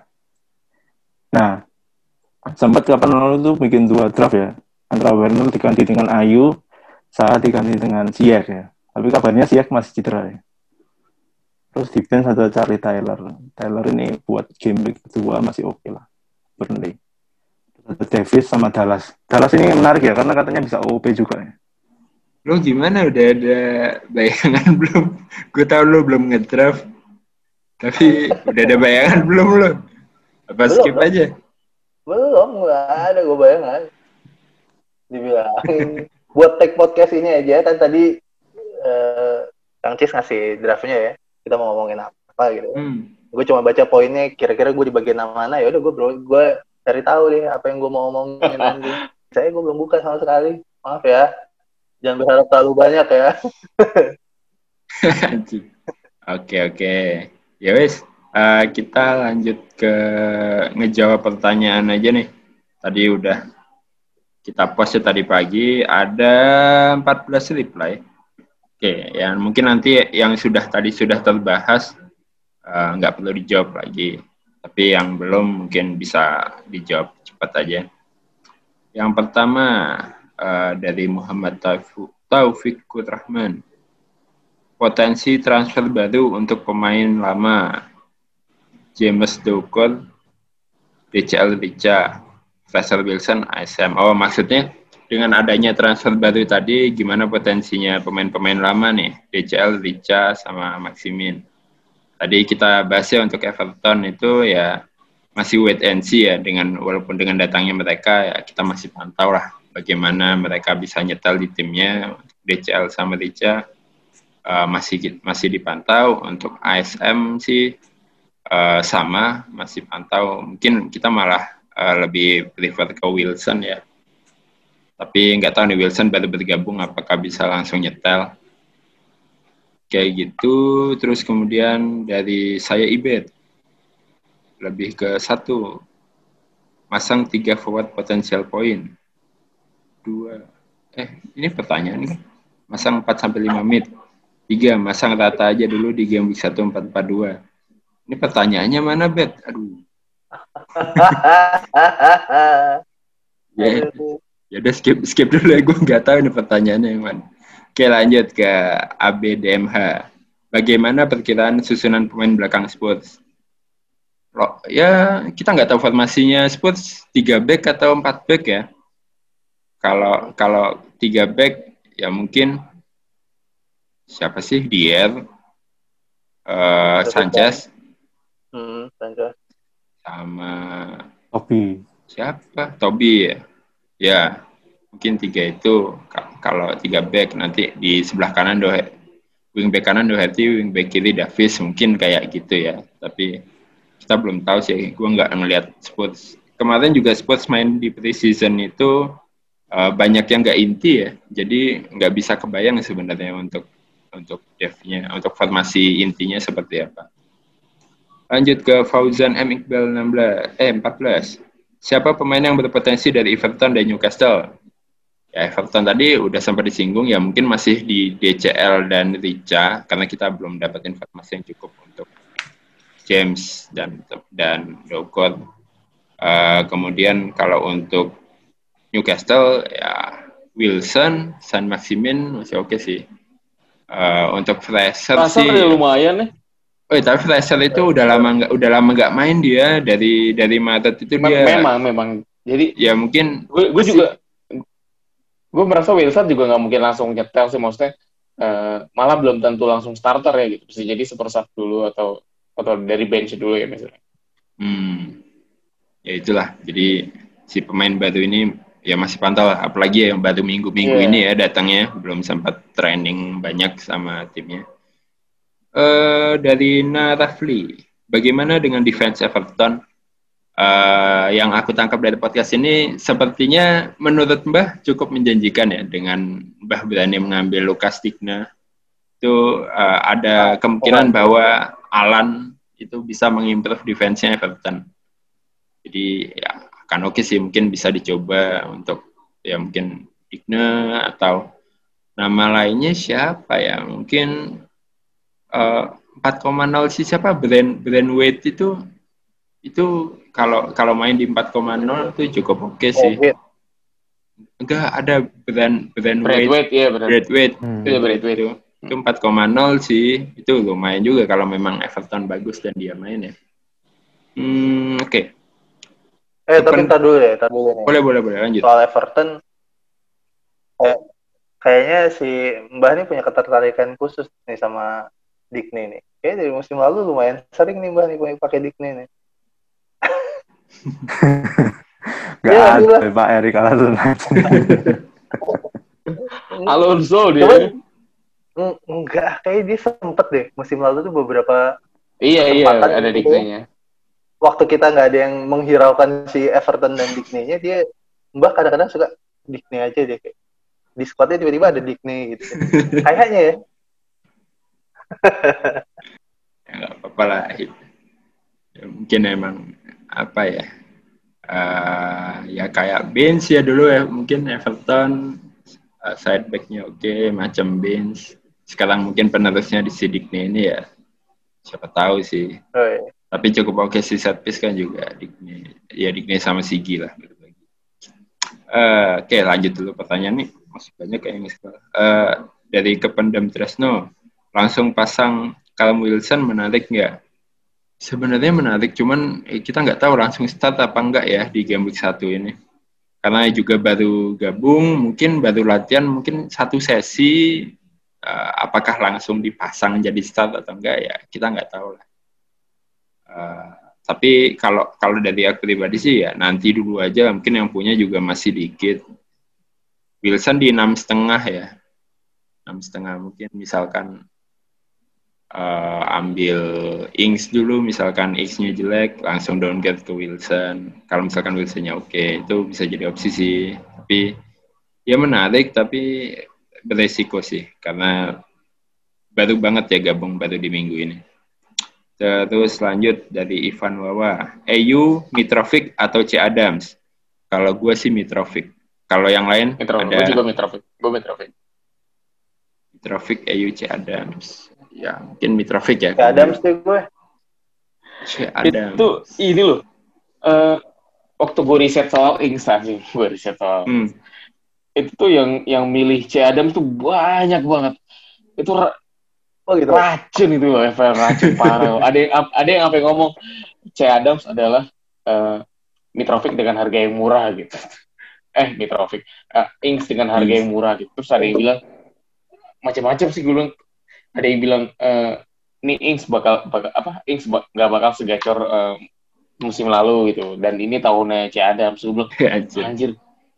Nah, sempat kapan lalu tuh bikin dua draft ya. Antara Werner diganti dengan Ayu, Saha diganti dengan Ziyech ya. Tapi kabarnya Ziyech masih cedera ya. Terus di bench ada Charlie Taylor. Taylor ini buat game week kedua masih oke okay lah. Burnley. Davis sama Dallas. Dallas ini menarik ya karena katanya bisa O P juga ya. Lo gimana, udah ada bayangan belum? Gue tahu lo belum ngedraft, tapi udah ada bayangan belum lo? Apa Belum, skip belum. aja? Belum, nggak ada gue bayangan. Dibilangin buat take podcast ini aja kan tadi eh, Kang Cis ngasih draftnya ya. Kita mau ngomongin apa gitu. Hmm. Gue cuma baca poinnya, kira-kira gue di bagian mana ya udah gue bro, gue cari tahu deh apa yang gue mau ngomongin nanti. Saya gue belum buka sama sekali, maaf ya. Jangan berharap terlalu banyak ya. Oke oke, ya wes, uh, kita lanjut ke ngejawab pertanyaan aja nih. Tadi udah kita post tadi pagi, ada empat belas reply. Oke, yang mungkin nanti yang sudah tadi sudah terbahas nggak uh, perlu dijawab lagi, tapi yang belum mungkin bisa dijawab cepat aja. Yang pertama uh, dari Muhammad Taufikur Rahman, potensi transfer baru untuk pemain lama: James Douglas, D C L Richa, Russell Wilson, A S M. Oh, maksudnya dengan adanya transfer baru tadi, gimana potensinya pemain-pemain lama nih, D C L Richa sama Maximin. Tadi kita bahasnya untuk Everton itu ya masih wait and see ya, dengan walaupun dengan datangnya mereka ya kita masih pantau lah bagaimana mereka bisa nyetel di timnya. D C L sama Richa uh, masih masih dipantau. Untuk A S M sih uh, sama, masih pantau. Mungkin kita malah uh, lebih prefer ke Wilson ya. Tapi nggak tahu nih, Wilson baru bergabung apakah bisa langsung nyetel. Kayak gitu. Terus kemudian dari saya Ibet, lebih ke satu, masang tiga forward potensial point. Dua, eh ini pertanyaan kan? Masang empat sampai lima mid. Tiga, masang rata aja dulu di game week satu empat empat dua. Ini pertanyaannya mana, Bet? Aduh. ya, ya udah skip skip dulu ya, gue nggak tahu ini pertanyaannya yang mana. Oke, lanjut ke A B D M H. Bagaimana perkiraan susunan pemain belakang Spurs? Loh, ya kita nggak tahu formasinya Spurs tiga back atau empat back ya. Kalau kalau tiga back ya mungkin siapa sih? Dier, uh, Sanchez, hmm, Sanchez, sama Toby. Siapa? Toby ya. Ya, mungkin tiga itu. Kalau tiga back nanti di sebelah kanan Dohe, wing back kanan Doherty, wing back kiri Davis, mungkin kayak gitu ya. Tapi kita belum tahu sih, gue nggak ngelihat Spurs. Kemarin juga Spurs main di pre-season itu uh, banyak yang nggak inti ya, jadi nggak bisa kebayang sebenarnya untuk untuk depth-nya, untuk formasi intinya seperti apa. Lanjut ke Fauzan M. Iqbal enam belas, eh empat belas. Siapa pemain yang berpotensi dari Everton dan Newcastle? Ya, Everton tadi udah sempat disinggung ya, mungkin masih di D C L dan Richa karena kita belum dapat informasi yang cukup untuk James dan dan Douglas. Uh, kemudian kalau untuk Newcastle ya Wilson, San Maximin masih oke okay sih. Uh, untuk Fraser sih lumayan nih. Oh, tapi Fraser itu udah lama nggak udah lama nggak main dia dari dari Maret itu dia. Memang memang. Jadi ya mungkin gue, gue juga gue merasa Wilson juga nggak mungkin langsung nyetel sih, maksudnya uh, malah belum tentu langsung starter ya gitu. Bisa jadi super sub dulu atau atau dari bench dulu ya misalnya. Hmm. Ya itulah. Jadi si pemain baru ini ya masih pantau lah, apalagi yang baru minggu-minggu yeah. ini ya datangnya, belum sempat training banyak sama timnya. Uh, dari Narafli, bagaimana dengan defense Everton? Uh, yang aku tangkap dari podcast ini sepertinya menurut Mbah cukup menjanjikan ya, dengan Mbah berani mengambil Lucas Digne. Itu uh, ada kemungkinan bahwa Alan itu bisa mengimprove defense-nya Everton. Jadi ya akan oke sih, mungkin bisa dicoba untuk ya mungkin Digne atau nama lainnya siapa ya, mungkin uh, empat koma nol sih siapa, Brand Brand Wade itu itu kalau kalau main di empat koma nol itu cukup oke okay sih. Enggak, ada Brand Brand Wade. Wade ya, Brand Wade. Hmm. Itu Brand Wade. Itu empat koma nol sih. Itu lumayan juga kalau memang Everton bagus dan dia main ya. Hmm, oke. Okay. Eh Kepen... tapi ntar dulu deh, ntar dulu nih. Boleh, boleh, boleh, lanjut. Soal Everton, eh, kayaknya si Mbah ini punya ketertarikan khusus nih sama Digne nih. Kayaknya dari musim lalu lumayan sering nih Mbah nih pakai Digne nih. Gak ya, ada Pak Erik Alonso. Alonso dia. Cuman, enggak, kayak dia sempet deh musim lalu tuh beberapa iya iya ada gitu. Digne-nya. Waktu kita nggak ada yang menghiraukan si Everton dan Digne-nya, dia Mbah kadang-kadang suka Digne aja deh kayak di squadnya tiba-tiba ada Digne gitu. Kayaknya ya. Ya nggak apa-apa lah. Ya, mungkin emang apa ya? Uh, ya kayak Baines ya dulu ya, mungkin Everton uh, side back-nya oke, okay, macam Baines. Sekarang mungkin penerusnya di si Digne ini ya, siapa tahu sih. Oh, iya. Tapi cukup oke okay, si set piece kan juga Digne. Ya Digne sama Sigi lah. Uh, oke okay, lanjut dulu pertanyaan nih, masih banyak kayaknya sekarang. Uh, dari Kependam Tresno, langsung pasang Callum Wilson menarik nggak? Sebenarnya menarik, cuman eh, kita nggak tahu langsung start apa enggak ya di game week satu ini. Karena juga baru gabung, mungkin baru latihan, mungkin satu sesi, uh, apakah langsung dipasang jadi start atau enggak ya, kita nggak tahu lah. Uh, tapi kalau kalau dari aku pribadi sih ya nanti dulu aja, mungkin yang punya juga masih dikit. Wilson di enam setengah ya, enam setengah mungkin misalkan. Uh, ambil Ings dulu, misalkan Ings-nya jelek, langsung downgrade ke Wilson. Kalau misalkan Wilson-nya oke, okay, itu bisa jadi opsi sih. Tapi ya menarik, tapi beresiko sih, karena baru banget ya gabung baru di minggu ini. Terus lanjut dari Ivan Wawa, E U, Mitrovic atau C. Adams? Kalau gue sih Mitrovic. Kalau yang lain Mitrovic. ada... Gue juga Mitrovic. Gue Mitrovic. Mitrovic, E U, C. Adams. Ya, mungkin Mitrovic ya. Adams tuh gue. Adams. Itu ini loh. Uh, waktu gue riset soal Ings sih, gue riset soal. Hmm. Itu tuh yang yang milih C. Adams tuh banyak banget. Itu ra- oh, gitu. Racun itu loh, racun parah. ada yang ada yang sampai ngomong C. Adams adalah uh, Mitrovic dengan harga yang murah gitu. Eh, Mitrovic. Uh, Ings dengan harga yang murah gitu. Terus ada yang bilang macam-macam sih, gue bilang. Ada yang bilang uh, ini Ings bakal, bakal apa Ings bak, gak bakal segacor uh, musim lalu gitu, dan ini tahunnya C. Adams. Gue bilang anjir,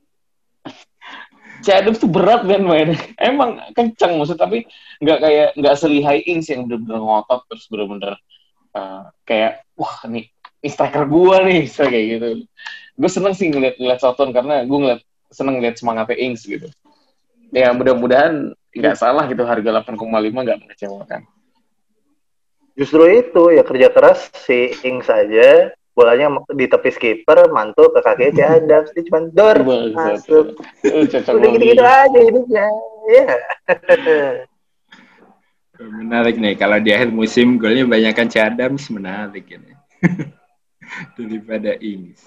C. Adams tuh berat kan mainnya, emang kencang maksud, tapi nggak kayak nggak selihai Ings yang bener-bener ngotot terus bener-bener uh, kayak wah nih ini striker gue nih, so, kayak gitu. Gue seneng sih ngeliat ngeliat Soton karena gue ngeliat seneng ngeliat semangatnya Ings gitu. Ya mudah-mudahan nggak salah gitu, harga delapan koma lima nggak mengecewakan. Justru itu ya, kerja keras si Ings saja, bolanya di tepi skipper, mantul ke kaki C. Adams, dia cuma dor masuk. Udah gitu-gitu aja hidupnya. Ya. Menarik nih, kalau di akhir musim golnya banyakkan C. Adams, menarik ini. Daripada Ings.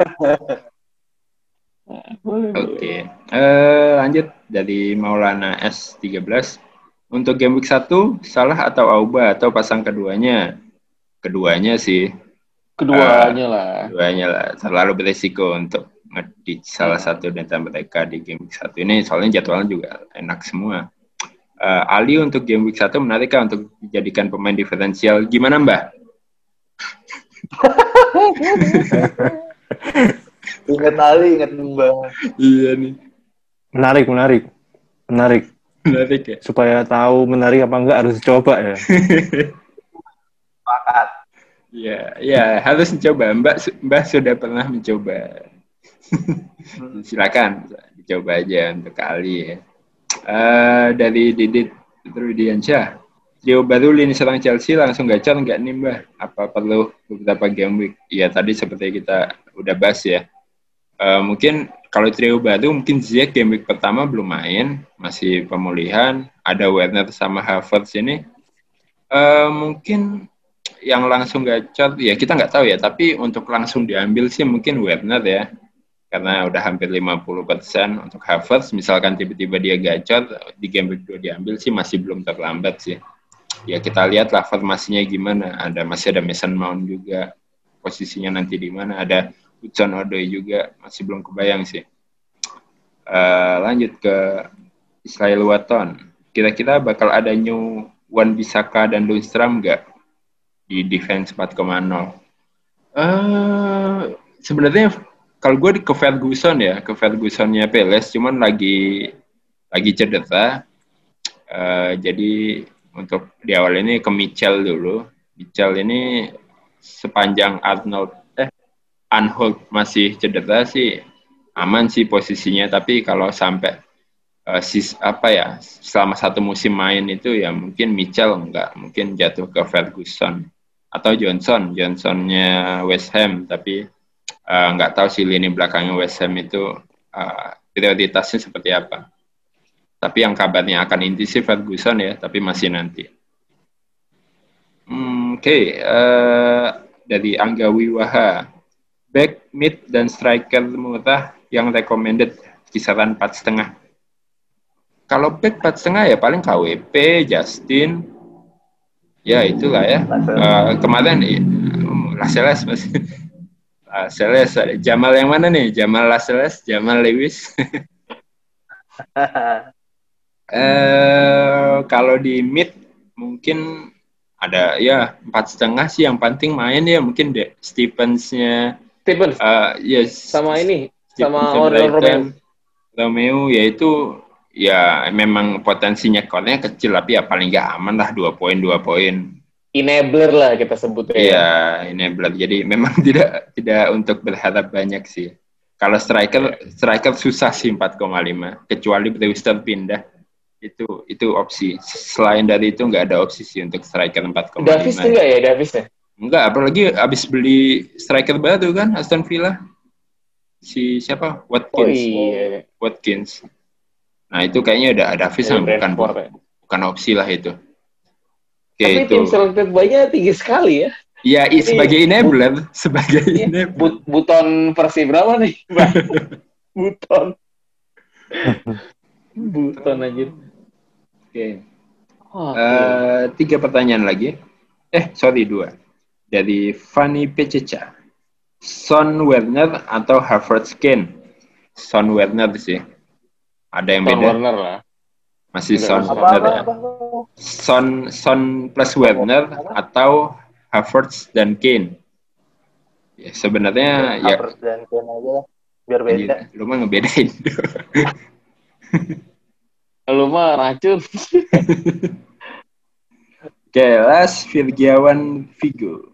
Oke, okay. uh, lanjut dari Maulana S tiga belas. Untuk game week satu, Salah atau Auba atau pasang keduanya? Keduanya sih. Keduanya uh, lah. Keduanya lah. Terlalu beresiko untuk ngedit salah satu data mereka di game week satu ini. Soalnya jadwalnya juga enak semua. Uh, Ali untuk game week satu menarikkah untuk dijadikan pemain diferensial? Gimana Mbak? Ingat Ali, ingat Mbak. Iya nih. Menarik, menarik. Menarik. Menarik ya? Supaya tahu menarik apa enggak harus coba ya. Sepakat. Ya, ya harus mencoba. Mbak, Mbak sudah pernah mencoba. Silakan, dicoba aja untuk kali ya. Uh, dari Didit Rudiansyah. Trio baru lini serang Chelsea langsung gacor nggak nih Mbak? Apa perlu beberapa game week? Ya tadi seperti kita udah bahas ya. Uh, mungkin kalau trio baru mungkin Ziyech game week pertama belum main, masih pemulihan. Ada Werner sama Havertz ini. Uh, mungkin yang langsung gacor ya kita nggak tahu ya. Tapi untuk langsung diambil sih mungkin Werner ya. Karena udah hampir lima puluh persen untuk Havertz. Misalkan tiba-tiba dia gacor di game week dua diambil sih masih belum terlambat sih. Ya kita lihat lah formasinya gimana. Ada masih ada Mason Mount juga, posisinya nanti di mana. Ada Hudson Odoi juga masih belum kebayang sih. Uh, lanjut ke Israel Watton. Kira-kira bakal ada new Wan-Bissaka dan Lundstram nggak di defense empat koma nol? Uh, sebenarnya kalau gue ke Ferguson ya, ke Fergusonnya Palace, cuman lagi lagi cedera. Uh, jadi untuk di awal ini ke Mitchell dulu. Mitchell ini sepanjang Arnold eh Anholt masih cedera sih aman sih posisinya, tapi kalau sampai uh, sis apa ya selama satu musim main itu ya mungkin Mitchell enggak, mungkin jatuh ke Ferguson atau Johnson, Johnsonnya West Ham, tapi uh, nggak tahu sih lini belakangnya West Ham itu uh, prioritasnya seperti apa. Tapi yang kabarnya akan inti sih Ferguson ya, tapi masih nanti. Hmm, Oke, okay. uh, dari Angga Wiwaha, back, mid, dan striker murah yang recommended kisaran empat setengah. Kalau back empat setengah ya paling K W P, Justin, ya itulah ya. Uh, kemarin uh, Lascelles masih. Lascelles ada Jamal yang mana nih? Jamal Lascelles, Jamal Lewis. Uh, kalau di mid mungkin ada ya empat setengah sih yang penting main ya mungkin deh Stevens-nya Stevens uh, yes, sama ini Stevens sama Oriol Romeo Romeo yaitu ya memang potensinya core-nya kecil tapi ya paling gak aman lah dua poin dua poin enabler lah kita sebutnya ya enabler jadi memang tidak tidak untuk berharap banyak sih kalau striker yeah. striker susah sih empat koma lima kecuali Brewster pindah itu itu opsi selain dari itu nggak ada opsi sih untuk striker empat koma lima. Davis enggak ya Davis ya enggak apalagi abis beli striker baru kan Aston Villa si siapa Watkins oh, iya. Watkins nah itu kayaknya ada Davis ya, bukan bukan, bukan opsi lah itu. Oke, tapi itu. Tim selected by-nya tinggi sekali ya iya sebagai enabler sebagai iya. enabler But, buton versi berapa nih buton buton aja. Oke. Okay. Oh, okay. Uh, tiga pertanyaan lagi. Eh, sorry dua. Dari Fanny Pececa. Son Werner atau Havertz Kane? Son Werner sih. Ada yang Son beda? Werner lah. Masih Enggak, Son apa, Werner apa, ya? apa, apa. Son Son plus Werner atau Havertz dan Kane? Ya, sebenarnya ya. Havertz dan Kane aja lah. Biar beda. Lu mah ngebedain. Lu mah racun. Oke, last Virgiawan Vigo.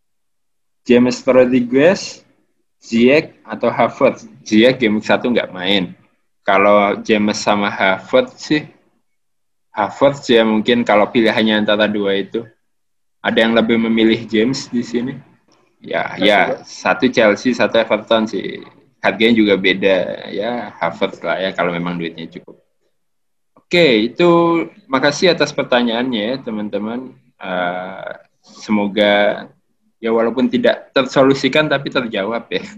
James Rodriguez, Ziyech atau Havertz? Ziyech game satu nggak main. Kalau James sama Havertz sih, Havertz ya mungkin kalau pilihannya antara dua itu. Ada yang lebih memilih James di sini? Ya, ya satu Chelsea, satu Everton sih. Harganya juga beda. Ya, Havertz lah ya kalau memang duitnya cukup. Oke, itu makasih atas pertanyaannya ya teman-teman. Uh, semoga ya walaupun tidak tersolusikan tapi terjawab ya.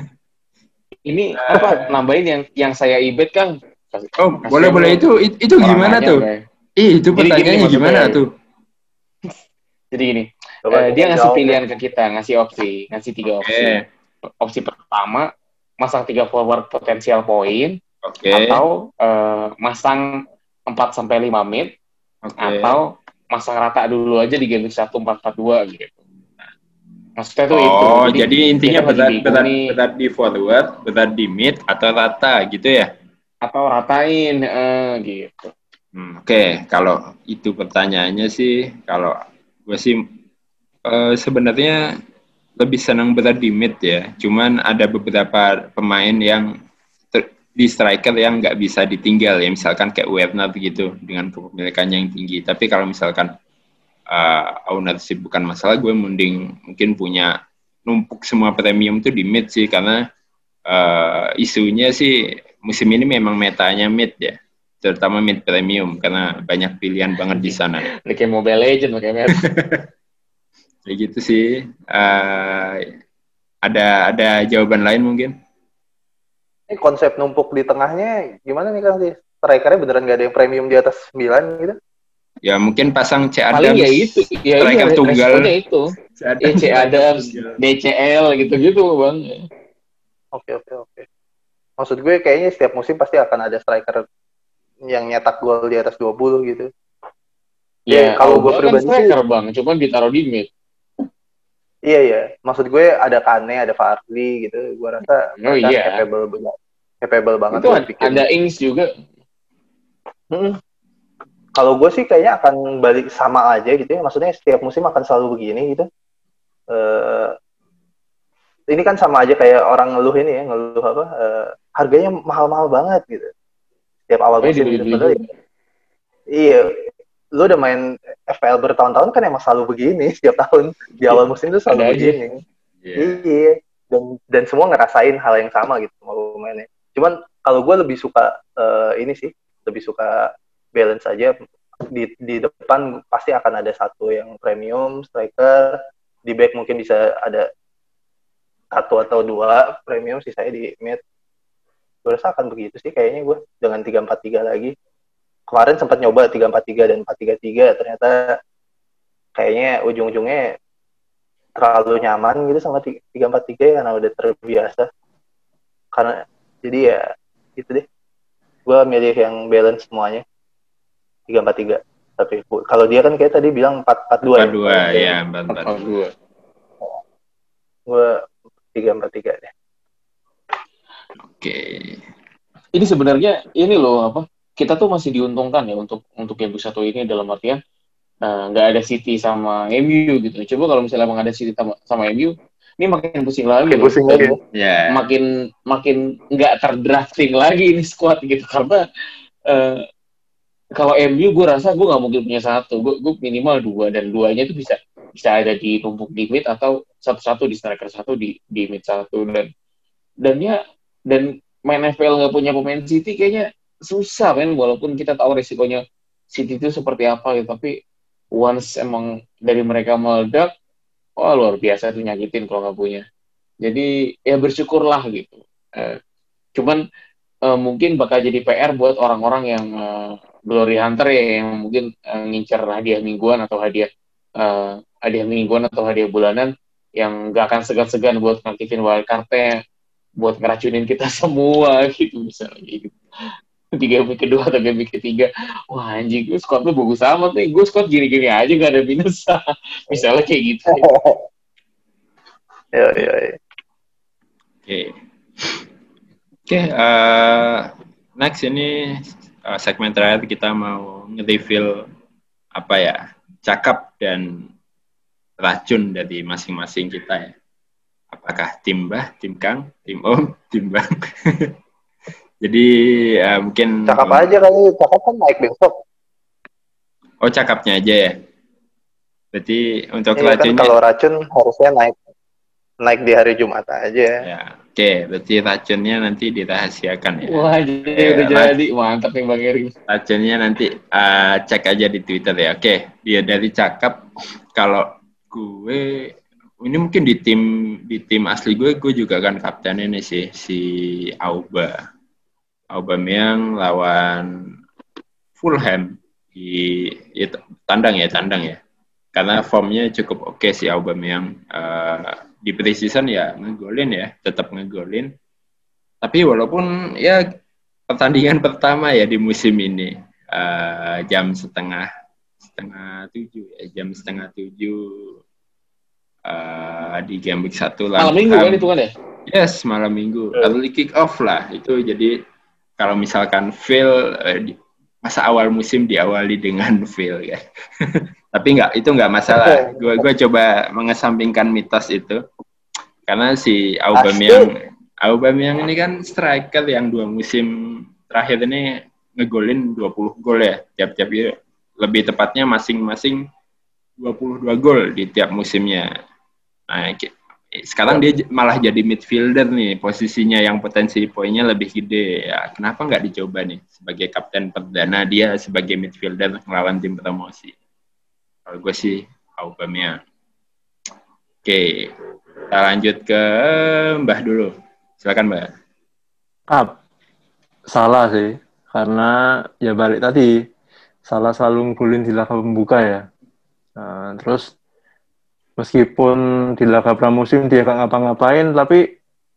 Ini uh, apa nambahin yang yang saya ibet Kang? Oh, boleh boleh itu itu, itu gimana tuh? Ih, itu pertanyaannya gini, gimana tuh? Jadi gini, uh, dia ngasih pilihan ke kita, ngasih opsi, ngasih tiga opsi. Okay. Opsi pertama, masang tiga forward potensial poin, okay. atau uh, masang empat sampai lima mid, okay. atau masang rata dulu aja di game satu empat empat dua gitu. Maksudnya tuh oh, itu. Oh, jadi, jadi intinya berat, berat, berat di forward, berat di mid, atau rata gitu ya? Atau ratain, uh, gitu. Hmm, Oke, okay. Kalau itu pertanyaannya sih, kalau gue sih uh, sebenarnya lebih senang berat di mid ya. Cuman ada beberapa pemain yang di striker yang nggak bisa ditinggal ya, misalkan kayak Werner gitu dengan kepemilikannya yang tinggi. Tapi kalau misalkan uh, ownership bukan masalah, gue mending mungkin punya numpuk semua premium tuh di mid sih, karena uh, isunya sih musim ini memang metanya mid ya, terutama mid premium karena banyak pilihan banget di sana. Kayak Mobile Legends pakai mid. Kayak gitu sih. Uh, ada ada jawaban lain mungkin? Ini konsep numpuk di tengahnya gimana nih Kang? Strikernya beneran nggak ada yang premium di atas sembilan gitu? Ya mungkin pasang C. Adams. Paling ya itu. Ya striker iya, tunggal. itu. C. Adams, D C L gitu-gitu Bang. Oke, oke, oke. Maksud gue kayaknya setiap musim pasti akan ada striker yang nyetak gol di atas dua puluh gitu. Ya, Ya, kalau gue Auba kan pribadi sih, striker bang, cuman ditaruh di mid. iya ya. Maksud gue ada Kane, ada Vardy gitu. Gue rasa Oh mereka iya, capable banget, capable banget itu buat ada, bikin. ada Ings juga. Hmm. Kalau gue sih kayaknya akan balik sama aja gitu ya. Maksudnya setiap musim akan selalu begini gitu. Uh, ini kan sama aja kayak orang ngeluh ini ya, ngeluh apa? Uh, harganya mahal-mahal banget gitu. Setiap awal Eh musim gitu. dibeli-beli Padahal juga. iya, lu udah main F P L bertahun-tahun kan emang selalu begini setiap tahun di awal musim itu selalu Ada aja. begini. Yeah. Iya, dan dan semua ngerasain hal yang sama gitu mau mainnya. Cuman kalau gue lebih suka uh, ini sih, lebih suka balance aja. Di di depan pasti akan ada satu yang premium striker, di back mungkin bisa ada satu atau dua premium, sisanya di mid. Gue rasa akan begitu sih kayaknya gue dengan tiga empat tiga lagi. Kemarin sempat nyoba tiga empat tiga dan empat tiga tiga, ternyata kayaknya ujung-ujungnya terlalu nyaman gitu sama tiga empat tiga ya, karena udah terbiasa. Karena jadi ya gitu deh. Gue milih yang balance semuanya. tiga empat tiga. Tapi kalau dia kan kayak tadi bilang empat empat dua ya. empat dua ya, empat empat dua. Gue tiga empat tiga deh. Oke. Ini sebenarnya ini loh apa? Kita tuh masih diuntungkan ya untuk untuk yang satu ini dalam artian nggak uh, ada City sama M U gitu. Coba kalau misalnya emang ada City sama, sama M U, ini makin pusing lagi makin loh. Pusing Dan lagi. Yeah. Makin makin nggak terdrafting lagi ini squad gitu karena uh, kalau M U gue rasa gue nggak mungkin punya satu, gue, gue minimal dua dan duanya itu bisa bisa ada di tumpuk di mid atau satu-satu di striker satu di di mid satu dan dan ya dan main F P L nggak punya pemain City kayaknya susah kan, walaupun kita tahu resikonya City itu seperti apa gitu, tapi once emang dari mereka meledak, oh luar biasa tuh nyakitin kalau nggak punya. Jadi ya bersyukurlah gitu. Eh, cuman eh, mungkin bakal jadi P R buat orang-orang yang eh, glory hunter ya, yang mungkin eh, ngincer hadiah mingguan atau hadiah eh, hadiah mingguan atau hadiah bulanan yang nggak akan segan-segan buat ngaktifin wildcard-nya buat ngeracunin kita semua gitu misalnya gitu. Tiga game kedua atau game ketiga, wah anjing gue squad tuh bagus amat nih, gue squad gini-gini aja gak ada minus misalnya kayak gitu ya ya ya oke oke uh, next ini uh, segmen terakhir kita mau nge-reveal apa ya, cakap dan racun dari masing-masing kita ya. Apakah tim Mbah, tim Kang, tim Om, tim Bang. Jadi uh, mungkin cakap um, aja kali, cakap kan naik besok. Oh, cakapnya aja ya. Berarti untuk iya, racunnya kan kalau racun harusnya naik naik di hari Jumat aja. Ya, oke, okay. Berarti racunnya nanti dirahasiakan ya. Wah, jadi ya, udah jadi mantap nih Bang Eri. Racunnya nanti uh, cek aja di Twitter ya. Oke, okay. Dia dari cakap. Kalau gue ini mungkin di tim di tim asli gue, gue juga kan kaptennya nih sih, si Auba. Aubameyang lawan Fulham di ya, tandang ya, tandang ya. Karena formnya cukup oke okay si Aubameyang. Uh, di pre-season ya ngegolin ya, tetap ngegolin. Tapi walaupun ya pertandingan pertama ya di musim ini uh, jam setengah setengah tujuh ya, jam setengah tujuh. Uh, di game week satu malam minggu kan itu kan ya? Yes, malam minggu. Early kick off lah. Itu jadi kalau misalkan fail eh, masa awal musim diawali dengan fail ya. Tapi enggak, itu enggak masalah. Gue gue coba mengesampingkan mitos itu. Karena si Aubameyang Aubameyang ini kan striker yang dua musim terakhir ini ngegolin dua puluh gol ya. Tiap-tiap ya. Lebih tepatnya masing-masing dua puluh dua gol di tiap musimnya. Nah, sekarang dia malah jadi midfielder nih, posisinya yang potensi poinnya lebih gede. Ya, kenapa nggak dicoba nih sebagai kapten perdana dia sebagai midfielder ngelawan tim promosi? Kalau gue sih Aubameyang. Oke, kita lanjut ke Mbah dulu. Silakan Mbah. Ah, salah sih, karena ya balik tadi salah selalu ngulin di laga pembuka ya. Nah, terus meskipun di laga pramusim dia gak ngapa-ngapain, tapi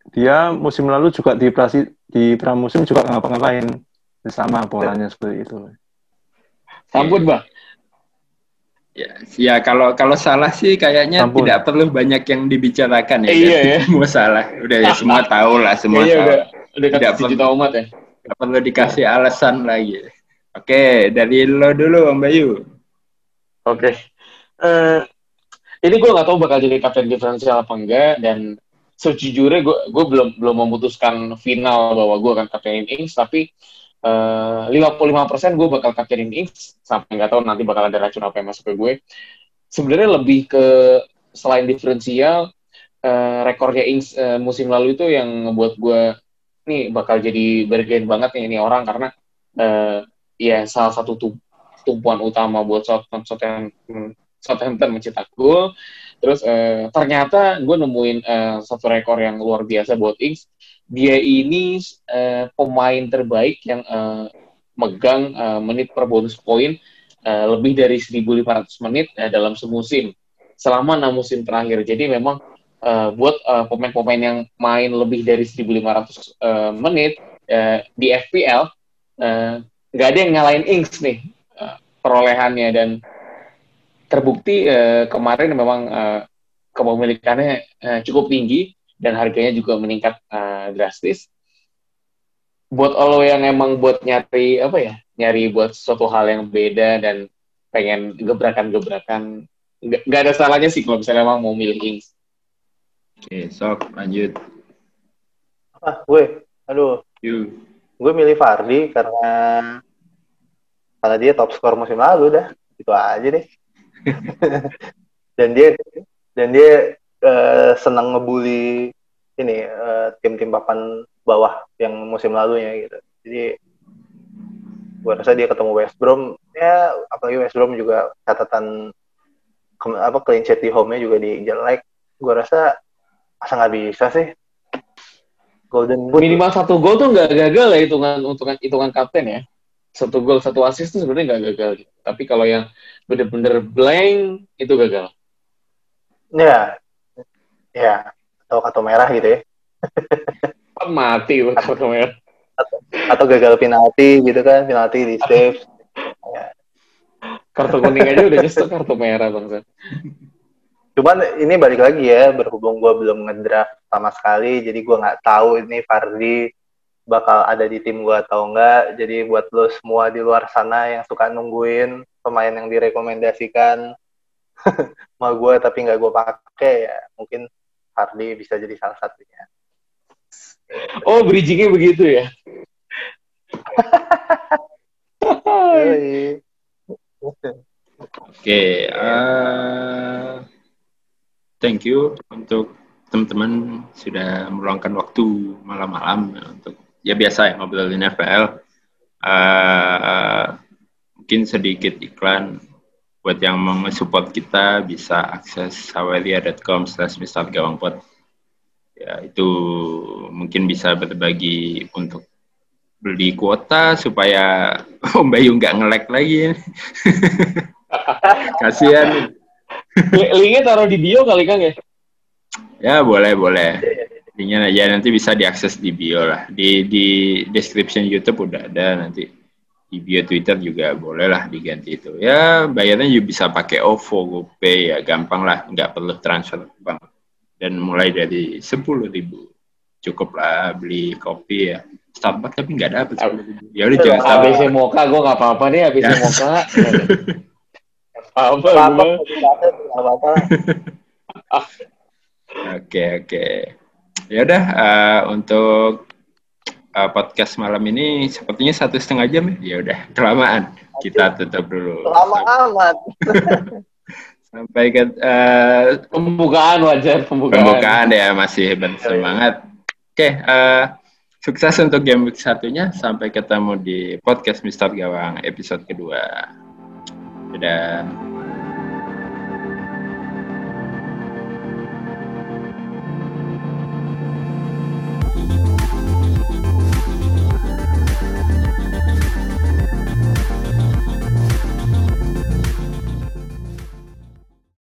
dia musim lalu juga di prasi, di pramusim juga ngapa-ngapain. Sama polanya seperti itu. Sampun, Bang. Ya, ya kalau kalau salah sih kayaknya Sampun. tidak perlu banyak yang dibicarakan ya. Iya, ya. Semua salah. Udah ya semua tahu lah, semua Kayaknya tahu. udah udah Tidak kata sejuta perlu, umat ya. tidak perlu dikasih alasan lagi. Oke, dari lo dulu Om Bayu. Oke. Uh, ini gue nggak tahu bakal jadi kapten diferensial apa enggak, dan sejujurnya gue gue belum belum memutuskan final bahwa gue akan kaptenin Ings, tapi uh, lima puluh lima persen gue bakal kaptenin Ings, sampai nggak tahu nanti bakal ada racun apa yang masuk ke gue. Sebenarnya lebih ke selain diferensial, uh, rekornya Ings uh, musim lalu itu yang ngebuat gue nih bakal jadi bergen banget nih ini orang, karena uh, ya salah satu tumpuan utama buat Southampton, Southampton, Southampton mencetak gol. Terus uh, ternyata gue nemuin uh, satu rekor yang luar biasa buat Ings. Dia ini uh, pemain terbaik yang uh, megang uh, menit per bonus point uh, lebih dari seribu lima ratus menit uh, dalam semusim selama enam musim terakhir. Jadi memang uh, buat uh, pemain-pemain yang main lebih dari seribu lima ratus uh, menit uh, di F P L nggak uh, ada yang ngalahin Ings nih uh, perolehannya, dan terbukti uh, kemarin memang uh, kepemilikannya uh, cukup tinggi dan harganya juga meningkat uh, drastis. Buat lo yang emang buat nyari apa ya, nyari buat suatu hal yang beda dan pengen gebrakan-gebrakan, nggak, nggak ada salahnya sih kalau misalnya emang mau milih Ings. Oke, sok lanjut. Ah, gue, aduh, You. gue milih Vardy karena karena dia top skor musim lalu dah, itu aja deh. dan dia dan dia uh, senang ngebully ini uh, tim-tim papan bawah yang musim lalunya gitu. Jadi gue rasa dia ketemu West Brom, ya apalagi West Brom juga catatan ke- apa clean sheet di home-nya juga di jelek. Gue rasa masa nggak bisa sih. Golden Boot Minimal satu gol tuh nggak gagal ya hitungan hitungan hitungan kapten ya. Satu gol satu assist tuh sebenarnya nggak gagal. Tapi kalau yang bener-bener blank itu gagal. ya, ya atau kartu merah gitu ya. Mati kartu merah. Atau, atau gagal penalti gitu kan, penalti di save. Ya. Kartu kuning aja udah nyesek kartu merah bangsa. Cuman ini balik lagi ya, berhubung gue belum ngedraft sama sekali, jadi gue nggak tahu ini Vardy bakal ada di tim gue atau enggak. Jadi buat lo semua di luar sana yang suka nungguin pemain yang direkomendasikan sama gue tapi nggak gue pakai, ya mungkin Vardy bisa jadi salah satunya. Oh, bridgingnya begitu ya? Oke, okay, uh, thank you untuk teman-teman sudah meluangkan waktu malam-malam untuk ya biasa ya ngobrolin F P L. Uh, mungkin sedikit iklan buat yang mau support kita bisa akses sawelia dot com slash mister gawangpot. Ya itu mungkin bisa berbagi untuk beli kuota supaya Om Bayu nggak nge-lag lagi. Kasihan. Linknya taruh di bio kali Kang ya? Ya boleh boleh. Linknya ya nanti bisa diakses di bio lah. Di di description YouTube udah ada, nanti di bio Twitter juga boleh lah diganti itu. Ya bayarnya juga bisa pakai O V O, GoPay, ya gampang lah, nggak perlu transfer bank. Dan mulai dari sepuluh ribu cukup lah beli kopi ya. Starbucks tapi nggak dapet sepuluh ribu. Ya udah jangan A B C Mocha gue nggak apa-apa nih A B C ya. Mocha. Apa apa apa Oke oke. Ya udah uh, untuk uh, podcast malam ini sepertinya satu setengah jam ya. Ya udah kelamaan. Kita tutup dulu. Lama amat. Sampai ke uh, pembukaan wajar pembukaan. Pembukaan ya masih bersemangat. Oke, okay, uh, sukses untuk game week satunya. Sampai ketemu di podcast Mister Gawang episode kedua. Dadah.